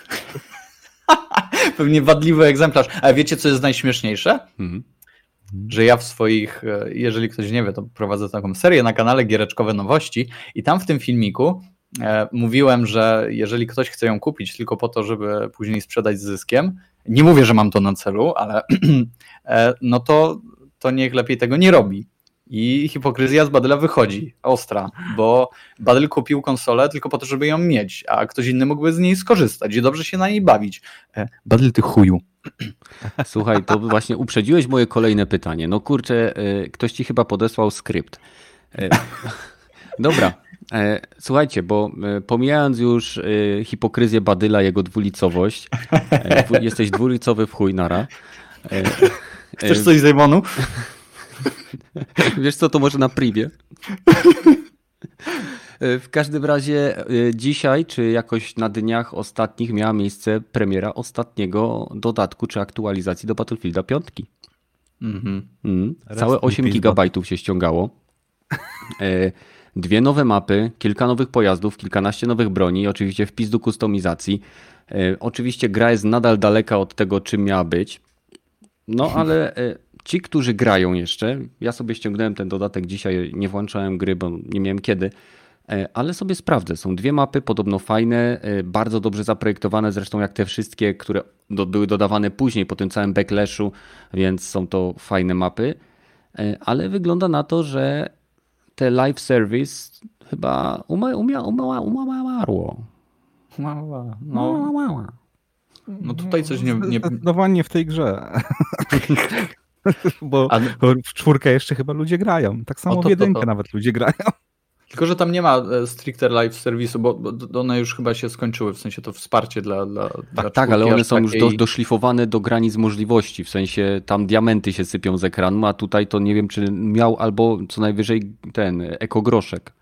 Pewnie wadliwy egzemplarz. Ale wiecie, co jest najśmieszniejsze? Że ja w swoich, jeżeli ktoś nie wie, to prowadzę taką serię na kanale Giereczkowe Nowości i tam w tym filmiku mówiłem, że jeżeli ktoś chce ją kupić tylko po to, żeby później sprzedać z zyskiem, nie mówię, że mam to na celu, ale no to niech lepiej tego nie robi. I hipokryzja z Badyla wychodzi ostra, bo Badyl kupił konsolę tylko po to, żeby ją mieć, a ktoś inny mógłby z niej skorzystać i dobrze się na niej bawić. Badyl, ty chuju. Słuchaj, to właśnie uprzedziłeś moje kolejne pytanie. No kurczę, ktoś ci chyba podesłał skrypt. Dobra, słuchajcie, bo pomijając już hipokryzję Badyla, jego dwulicowość, jesteś dwulicowy w chuj, nara. Chcesz coś z Ejmonu? Wiesz co, to może na privie. W każdym razie dzisiaj, czy jakoś na dniach ostatnich miała miejsce premiera ostatniego dodatku, czy aktualizacji do Battlefielda 5. Całe 8 gigabajtów się ściągało. 2 nowe mapy, kilka nowych pojazdów, kilkanaście nowych broni, oczywiście wpis do kustomizacji. Oczywiście gra jest nadal daleka od tego, czym miała być. No ale ci, którzy grają jeszcze, ja sobie ściągnąłem ten dodatek dzisiaj, nie włączałem gry, bo nie miałem kiedy, ale sobie sprawdzę. Są 2 mapy, podobno fajne, bardzo dobrze zaprojektowane, zresztą jak te wszystkie, które były dodawane później po tym całym backlashu, więc są to fajne mapy, ale wygląda na to, że te live service chyba umarło. No tutaj coś nie... Zdecydowanie w tej grze. Bo w 4 jeszcze chyba ludzie grają. Tak samo w 1 nawet ludzie grają. Tylko, że tam nie ma stricte live serwisu, bo one już chyba się skończyły, w sensie to wsparcie dla Tak, ale one są już doszlifowane do granic możliwości, w sensie tam diamenty się sypią z ekranu, a tutaj to nie wiem, czy miał albo co najwyżej ten ekogroszek.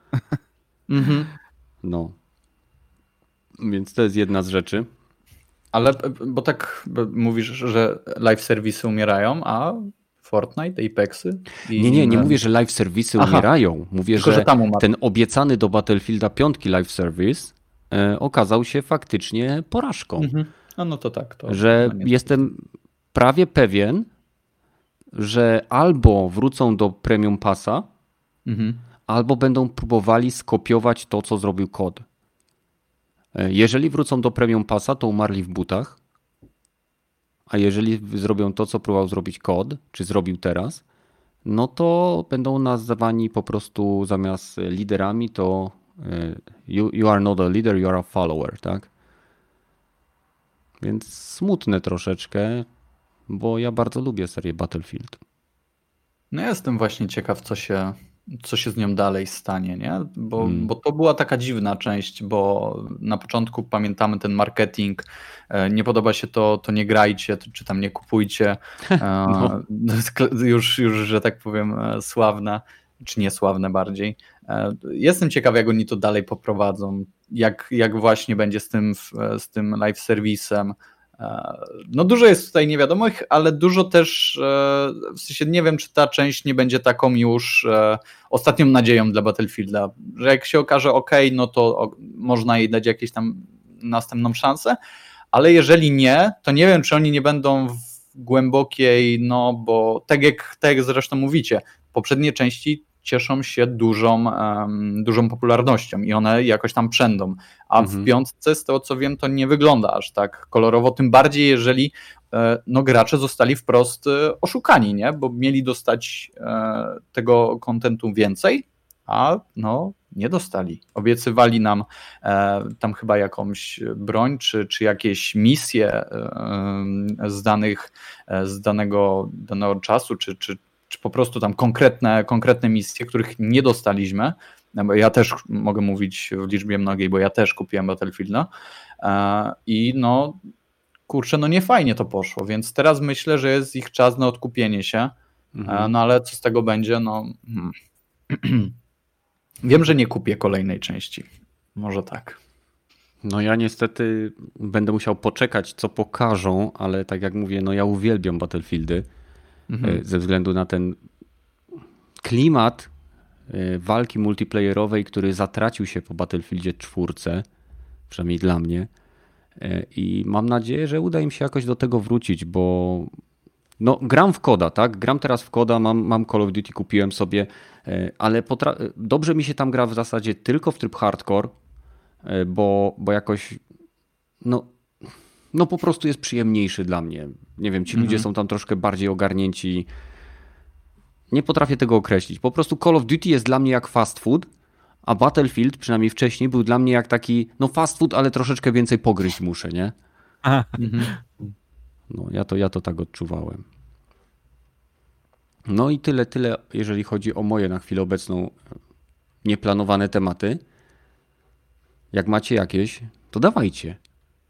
No. Więc to jest jedna z rzeczy. Ale, bo tak mówisz, że live serwisy umierają, a Fortnite, Apexy? Nie mówię, że live serwisy umierają. Mówię, tylko, że ten obiecany do Battlefielda 5 live service okazał się faktycznie porażką. No to tak. Że jestem prawie pewien, że albo wrócą do Premium Passa, albo będą próbowali skopiować to, co zrobił COD. Jeżeli wrócą do Premium Passa, to umarli w butach. A jeżeli zrobią to, co próbował zrobić COD, czy zrobił teraz, no to będą nazwani po prostu zamiast liderami, to you are not a leader, you are a follower, tak? Więc smutne troszeczkę, bo ja bardzo lubię serię Battlefield. No ja jestem właśnie ciekaw, co się z nią dalej stanie, nie? Bo to była taka dziwna część, bo na początku pamiętamy ten marketing, nie podoba się to nie grajcie, czy tam nie kupujcie, już, że tak powiem, sławne, czy niesławne bardziej. Jestem ciekaw, jak oni to dalej poprowadzą, jak właśnie będzie z tym live serwisem. No dużo jest tutaj niewiadomych, ale dużo też, w sensie nie wiem, czy ta część nie będzie taką już ostatnią nadzieją dla Battlefielda, że jak się okaże no to można jej dać jakieś tam następną szansę, ale jeżeli nie, to nie wiem, czy oni nie będą w głębokiej, no bo tak jak zresztą mówicie, poprzednie części cieszą się dużą popularnością i one jakoś tam przędą, a w 5 z tego co wiem to nie wygląda aż tak kolorowo, tym bardziej jeżeli gracze zostali wprost oszukani, nie? Bo mieli dostać tego kontentu więcej, a nie dostali. Obiecywali nam tam chyba jakąś broń, czy jakieś misje z danego czasu, czy po prostu tam konkretne misje, których nie dostaliśmy. Bo ja też mogę mówić w liczbie mnogiej, bo ja też kupiłem Battlefielda i kurczę, nie fajnie to poszło, więc teraz myślę, że jest ich czas na odkupienie się, no ale co z tego będzie, wiem, że nie kupię kolejnej części, może tak. No ja niestety będę musiał poczekać, co pokażą, ale tak jak mówię, ja uwielbiam Battlefieldy. ze względu na ten klimat walki multiplayerowej, który zatracił się po Battlefieldzie 4, przynajmniej dla mnie. I mam nadzieję, że uda im się jakoś do tego wrócić, bo no, gram w CODa, tak? Gram teraz w CODa, mam Call of Duty, kupiłem sobie, ale dobrze mi się tam gra w zasadzie tylko w tryb hardcore, bo jakoś no po prostu jest przyjemniejszy dla mnie. Nie wiem, ci ludzie są tam troszkę bardziej ogarnięci. Nie potrafię tego określić. Po prostu Call of Duty jest dla mnie jak fast food, a Battlefield, przynajmniej wcześniej, był dla mnie jak taki fast food, ale troszeczkę więcej pogryźć muszę, nie? No, ja to tak odczuwałem. No i tyle, jeżeli chodzi o moje na chwilę obecną nieplanowane tematy. Jak macie jakieś, to dawajcie.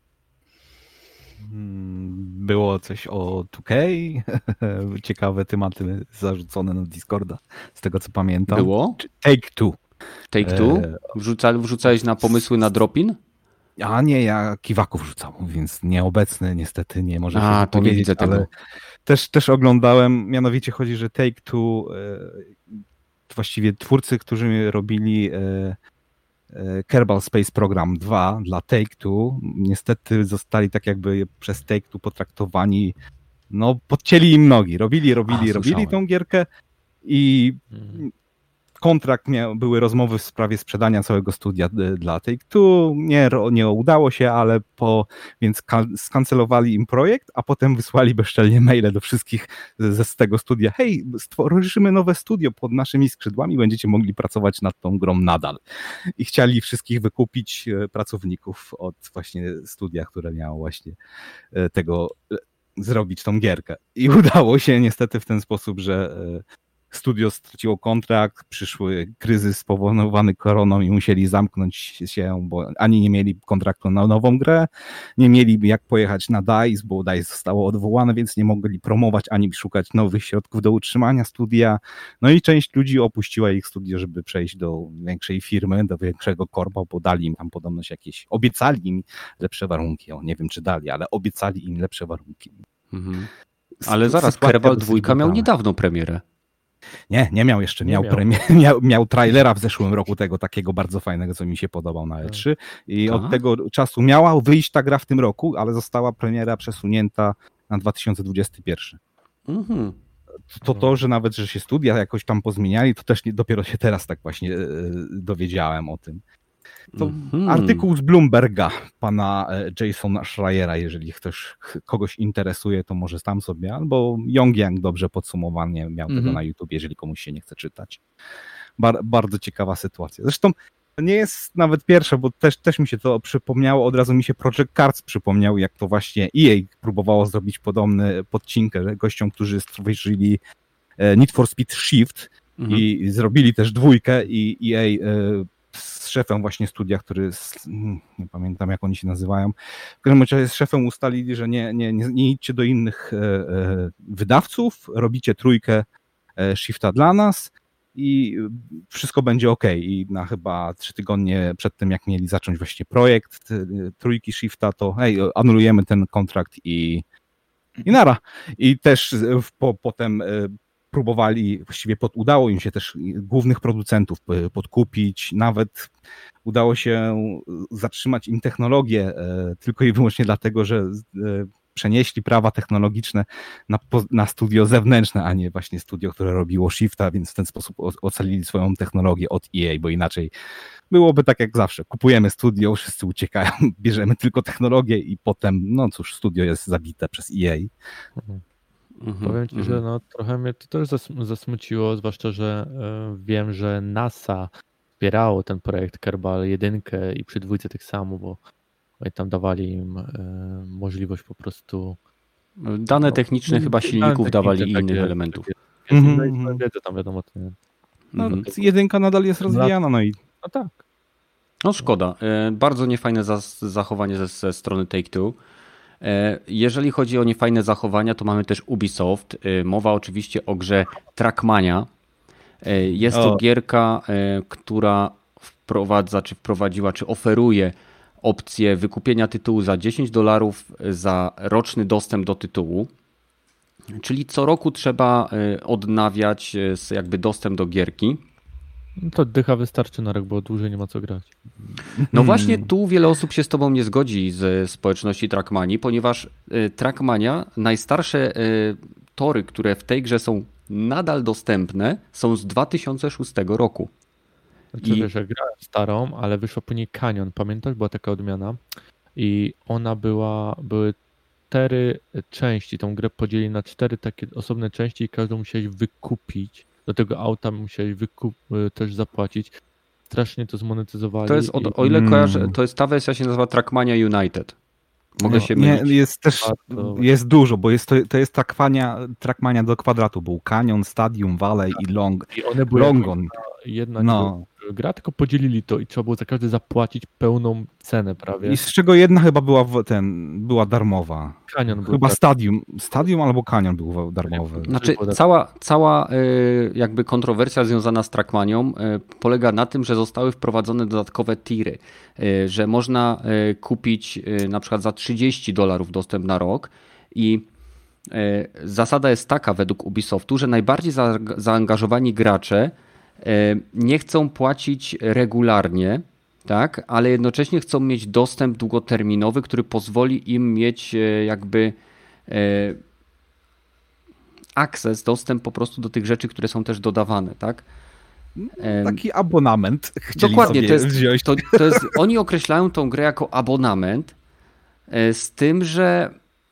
Było coś o 2K, ciekawe tematy zarzucone na Discorda, z tego co pamiętam. Było? Take-Two. Take-Two? Wrzucałeś na pomysły na drop-in? A nie, ja kiwaków rzucam, więc nieobecny niestety nie może się to nie widzę tego. Ale też oglądałem, mianowicie chodzi, że Take-Two, właściwie twórcy, którzy robili Kerbal Space Program 2 dla Take-Two, niestety zostali tak jakby przez Take-Two potraktowani, podcięli im nogi, robili tą gierkę i kontrakt były rozmowy w sprawie sprzedania całego studia dla Take-Two, nie udało się, ale więc skancelowali im projekt, a potem wysłali bezczelnie maile do wszystkich z tego studia. Hej, stworzymy nowe studio pod naszymi skrzydłami, będziecie mogli pracować nad tą grą nadal. I chcieli wszystkich wykupić pracowników od właśnie studia, które miało właśnie tego zrobić tą gierkę. I udało się niestety w ten sposób, że studio straciło kontrakt, przyszły kryzys spowodowany koroną i musieli zamknąć się, bo ani nie mieli kontraktu na nową grę, nie mieli jak pojechać na DICE, bo DICE zostało odwołane, więc nie mogli promować ani szukać nowych środków do utrzymania studia. No i część ludzi opuściła ich studio, żeby przejść do większej firmy, do większego korpo, bo dali im tam podobność obiecali im lepsze warunki. Nie wiem czy dali, ale obiecali im lepsze warunki. Ale zaraz, Kerbal 2 miał niedawno premierę. Nie miał jeszcze, miał trailera w zeszłym roku tego takiego bardzo fajnego, co mi się podobał na E3 i od tego czasu miała wyjść ta gra w tym roku, ale została premiera przesunięta na 2021. To, że nawet, że się studia jakoś tam pozmieniali, to też dopiero się teraz tak właśnie dowiedziałem o tym. To artykuł z Bloomberga, pana Jasona Schreiera, jeżeli kogoś interesuje, to może tam sobie, albo Yongyang dobrze podsumowanie miał tego na YouTube, jeżeli komuś się nie chce czytać. Bardzo ciekawa sytuacja. Zresztą nie jest nawet pierwsza, bo też mi się to przypomniało, od razu mi się Project Cars przypomniał, jak to właśnie EA próbowało zrobić podobny podcinkę gościom, którzy stworzyli Need for Speed Shift i zrobili też 2 i EA z szefem właśnie studia, który nie pamiętam jak oni się nazywają, w każdym razie z szefem ustalili, że nie idźcie do innych wydawców, robicie 3 Shifta dla nas i wszystko będzie ok. I na chyba 3 tygodnie przed tym, jak mieli zacząć właśnie projekt 3 Shifta, to anulujemy ten kontrakt i nara. I też potem próbowali, właściwie udało im się też głównych producentów podkupić, nawet udało się zatrzymać im technologię tylko i wyłącznie dlatego, że przenieśli prawa technologiczne na studio zewnętrzne, a nie właśnie studio, które robiło Shifta, więc w ten sposób ocalili swoją technologię od EA, bo inaczej byłoby tak jak zawsze. Kupujemy studio, wszyscy uciekają, bierzemy tylko technologię i potem, studio jest zabite przez EA. Powiem ci, że trochę mnie to też zasmuciło, zwłaszcza, że wiem, że NASA wspierało ten projekt Kerbal 1 i przy 2 tak samo, bo tam dawali im możliwość po prostu... Dane techniczne chyba silników dawali i innych elementów. Wiedzę tam wiadomo. Jedynka nadal jest rozwijana, no tak. No szkoda. Bardzo niefajne zachowanie ze strony Take-Two. Jeżeli chodzi o niefajne zachowania, to mamy też Ubisoft. Mowa oczywiście o grze Trackmania. Jest to gierka, która wprowadziła, czy oferuje opcję wykupienia tytułu za $10 za roczny dostęp do tytułu. Czyli co roku trzeba odnawiać jakby dostęp do gierki. No to dycha wystarczy na rok, bo dłużej nie ma co grać. No właśnie tu wiele osób się z tobą nie zgodzi z społeczności Trackmanii, ponieważ Trackmania, najstarsze tory, które w tej grze są nadal dostępne, są z 2006 roku. Znaczy, wiesz, ja grałem starą, ale wyszła później Canyon, pamiętasz? Była taka odmiana i ona były 4 części, tą grę podzielili na 4 takie osobne części i każdą musiałeś wykupić. Do tego auta musiałeś też zapłacić. Strasznie to zmonetyzowali. To jest, o ile kojarzę, to jest ta wersja się nazywa Trackmania United. Mogę się mylić. Nie, jest dużo, bo to jest Trackmania do kwadratu. Był Canyon, Stadium, Valley i I one były Longon. Jedna gra, tylko podzielili to i trzeba było za każdy zapłacić pełną cenę prawie. I z czego jedna chyba była darmowa. Canyon był chyba Stadium albo Canyon był darmowy. Znaczy cała jakby kontrowersja związana z Trackmanią polega na tym, że zostały wprowadzone dodatkowe tiry, że można kupić na przykład za $30 dostęp na rok i zasada jest taka według Ubisoftu, że najbardziej zaangażowani gracze nie chcą płacić regularnie, tak, ale jednocześnie chcą mieć dostęp długoterminowy, który pozwoli im mieć jakby dostęp po prostu do tych rzeczy, które są też dodawane, tak? Taki abonament. Dokładnie, to jest, oni określają tą grę jako abonament, z tym, że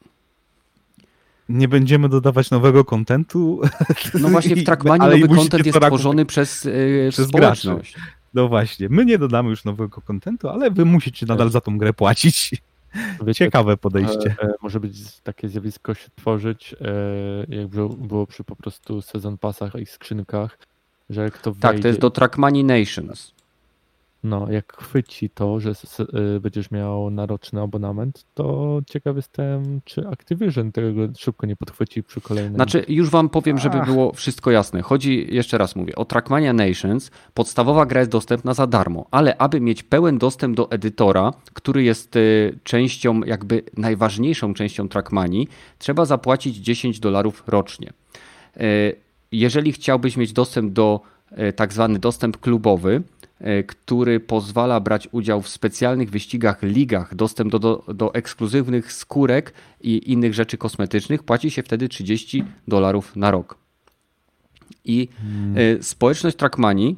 nie będziemy dodawać nowego kontentu. No właśnie w Trackmanii nowy kontent jest tworzony przez społeczność. Graczy. No właśnie, my nie dodamy już nowego kontentu, ale wy musicie nadal za tą grę płacić. Ciekawe podejście. Może być takie zjawisko się tworzyć, jak było przy po prostu sezon passach i skrzynkach, że kto wejdzie... Tak, to jest do Trackmanii Nations. No, jak chwyci to, że będziesz miał naroczny abonament, to ciekaw jestem, czy Activision tego szybko nie podchwyci przy kolejnym. Znaczy, już wam powiem, żeby było wszystko jasne. Chodzi, jeszcze raz mówię, o Trackmania Nations. Podstawowa gra jest dostępna za darmo, ale aby mieć pełen dostęp do edytora, który jest częścią, jakby najważniejszą częścią Trackmanii, trzeba zapłacić $10 rocznie. Jeżeli chciałbyś mieć dostęp do tak zwany dostęp klubowy, który pozwala brać udział w specjalnych wyścigach, ligach, dostęp do ekskluzywnych skórek i innych rzeczy kosmetycznych, płaci się wtedy $30 na rok. I społeczność Trackmanii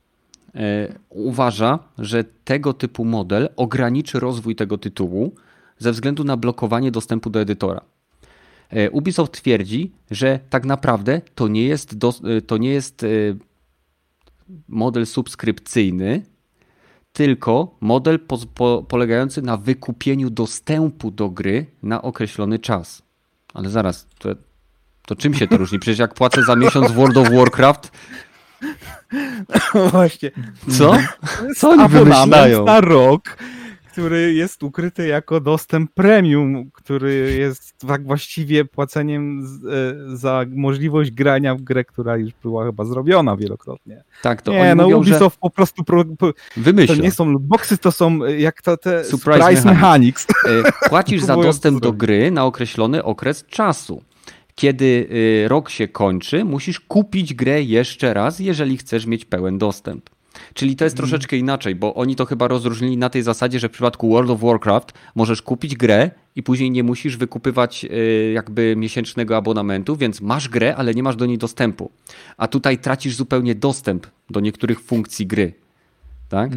uważa, że tego typu model ograniczy rozwój tego tytułu ze względu na blokowanie dostępu do edytora. Ubisoft twierdzi, że tak naprawdę to nie jest model subskrypcyjny, tylko model polegający na wykupieniu dostępu do gry na określony czas. Ale zaraz, to czym się to różni? Przecież jak płacę za miesiąc w World of Warcraft... No właśnie. Co? Co oni wymyślają? Na rok, który jest ukryty jako dostęp premium, który jest tak właściwie płaceniem za możliwość grania w grę, która już była chyba zrobiona wielokrotnie. Tak, to nie, oni mówią, Ubisoft po prostu wymyśla. To nie są lootboxy, to są jak te Surprise Mechanics. Płacisz za dostęp do gry na określony okres czasu. Kiedy rok się kończy, musisz kupić grę jeszcze raz, jeżeli chcesz mieć pełen dostęp. Czyli to jest troszeczkę inaczej, bo oni to chyba rozróżnili na tej zasadzie, że w przypadku World of Warcraft możesz kupić grę i później nie musisz wykupywać jakby miesięcznego abonamentu, więc masz grę, ale nie masz do niej dostępu. A tutaj tracisz zupełnie dostęp do niektórych funkcji gry. Tak?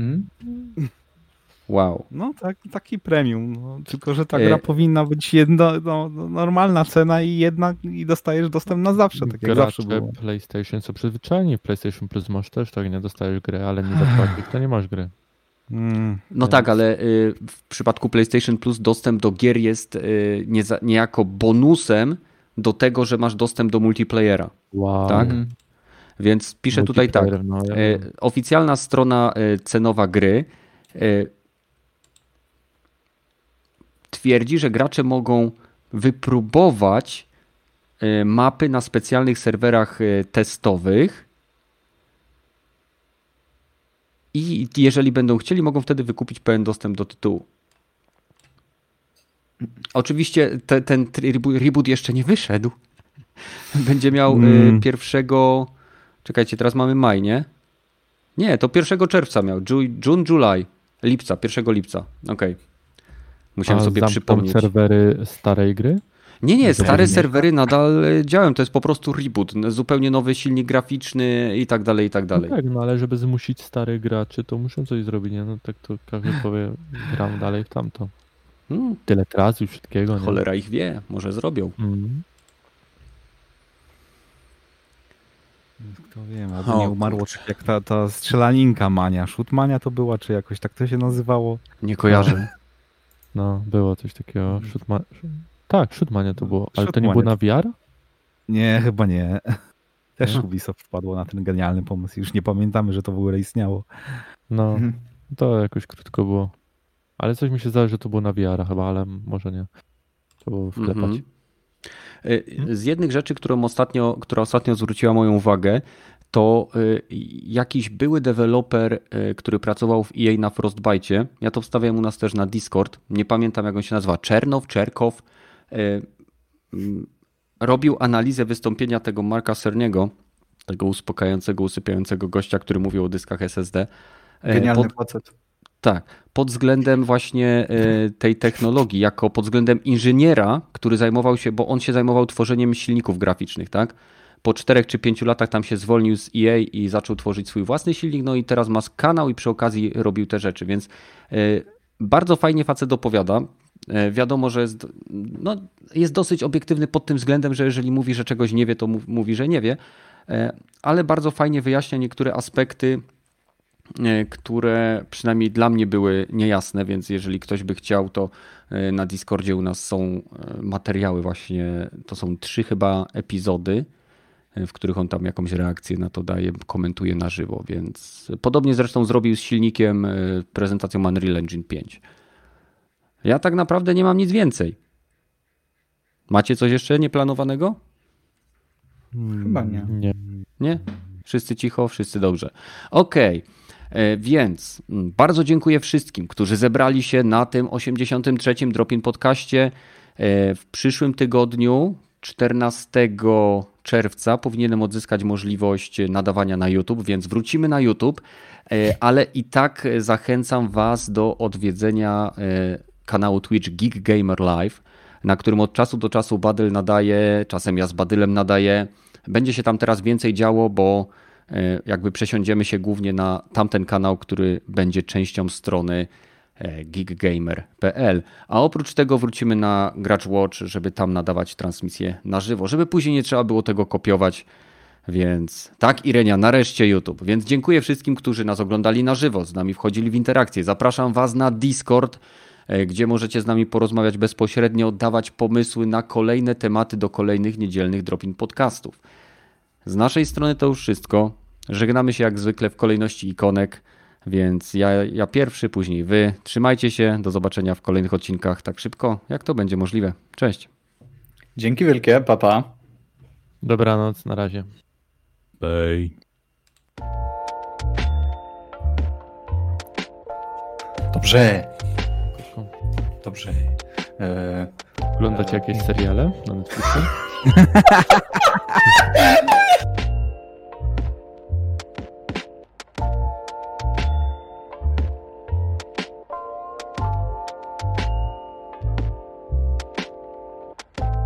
Wow. No tak, taki premium. No, tylko, że ta gra powinna być normalna cena i dostajesz dostęp na zawsze. Tak jak zawsze było. PlayStation są przyzwyczajeni. W PlayStation Plus masz też, tak, nie dostajesz gry, ale nie zapłacisz, to nie masz gry. No tak, ale w przypadku PlayStation Plus dostęp do gier jest niejako bonusem do tego, że masz dostęp do multiplayera. Wow. Tak? Więc piszę tutaj tak. Oficjalna strona cenowa gry twierdzi, że gracze mogą wypróbować mapy na specjalnych serwerach testowych i jeżeli będą chcieli, mogą wtedy wykupić pełen dostęp do tytułu. Oczywiście ten reboot jeszcze nie wyszedł, Będzie miał 1... Czekajcie, teraz mamy maj, nie? Nie, to 1 czerwca miał. June, July. Lipca, 1 lipca. Okej. Musiałem sobie przypomnieć. Serwery starej gry? Nie, stare serwery nadal działają. To jest po prostu reboot. Zupełnie nowy silnik graficzny i tak dalej, i tak dalej. No tak, no ale żeby zmusić starych graczy, to muszą coś zrobić, nie? No tak to każdy powie, gram dalej w tamto. Tyle razy wszystkiego, nie? Cholera ich wie, może zrobią. Kto wie, albo nie umarło, czy jak ta strzelaninka mania. Shootmania to była, czy jakoś tak to się nazywało? Nie kojarzę. No, było coś takiego. Tak, Shootmania to było, ale to nie było na VR? Nie, chyba nie. Też Ubisoft wpadło na ten genialny pomysł. Już nie pamiętamy, że to w ogóle istniało. No, to jakoś krótko było. Ale coś mi się zdaje, że to było na VR chyba, ale może nie. To było wklepać. Z jednych rzeczy, która ostatnio zwróciła moją uwagę, to jakiś były deweloper, który pracował w EA na Frostbite'cie. Ja to wstawiam u nas też na Discord. Nie pamiętam, jak on się nazywa. Czerkow. Robił analizę wystąpienia tego Marka Cerniego, tego uspokajającego, usypiającego gościa, który mówił o dyskach SSD. Genialny facet. Tak, pod względem właśnie tej technologii, jako pod względem inżyniera, który zajmował się, bo on się zajmował tworzeniem silników graficznych, tak? Po 4 czy 5 latach tam się zwolnił z EA i zaczął tworzyć swój własny silnik, no i teraz ma kanał i przy okazji robił te rzeczy, więc bardzo fajnie facet opowiada. Wiadomo, że jest dosyć obiektywny pod tym względem, że jeżeli mówi, że czegoś nie wie, to mówi, że nie wie, ale bardzo fajnie wyjaśnia niektóre aspekty, które przynajmniej dla mnie były niejasne, więc jeżeli ktoś by chciał, to na Discordzie u nas są materiały właśnie, to są 3 chyba epizody, w których on tam jakąś reakcję na to daje, komentuje na żywo, więc podobnie zresztą zrobił z silnikiem prezentacją Unreal Engine 5. Ja tak naprawdę nie mam nic więcej. Macie coś jeszcze nieplanowanego? Chyba nie. Nie? Wszyscy cicho, wszyscy dobrze. Okej. Więc bardzo dziękuję wszystkim, którzy zebrali się na tym 83. Drop-in podcaście. W przyszłym tygodniu, 14 czerwca, powinienem odzyskać możliwość nadawania na YouTube, więc wrócimy na YouTube, ale i tak zachęcam Was do odwiedzenia kanału Twitch Geek Gamer Live, na którym od czasu do czasu Badyl nadaje, czasem ja z Badylem nadaję. Będzie się tam teraz więcej działo, bo jakby przesiądziemy się głównie na tamten kanał, który będzie częścią strony geekgamer.pl. A oprócz tego wrócimy na Gracz Watch, żeby tam nadawać transmisję na żywo, żeby później nie trzeba było tego kopiować. Więc tak, Irenia, nareszcie YouTube. Więc dziękuję wszystkim, którzy nas oglądali na żywo, z nami wchodzili w interakcję. Zapraszam Was na Discord, gdzie możecie z nami porozmawiać bezpośrednio, dawać pomysły na kolejne tematy do kolejnych niedzielnych drop-in podcastów. Z naszej strony to już wszystko. Żegnamy się jak zwykle w kolejności ikonek, więc ja pierwszy, później wy. Trzymajcie się, do zobaczenia w kolejnych odcinkach tak szybko, jak to będzie możliwe. Cześć. Dzięki wielkie, pa pa. Dobranoc, na razie. Bye. Dobrze. Dobrze. Oglądacie jakieś seriale na Netflixie?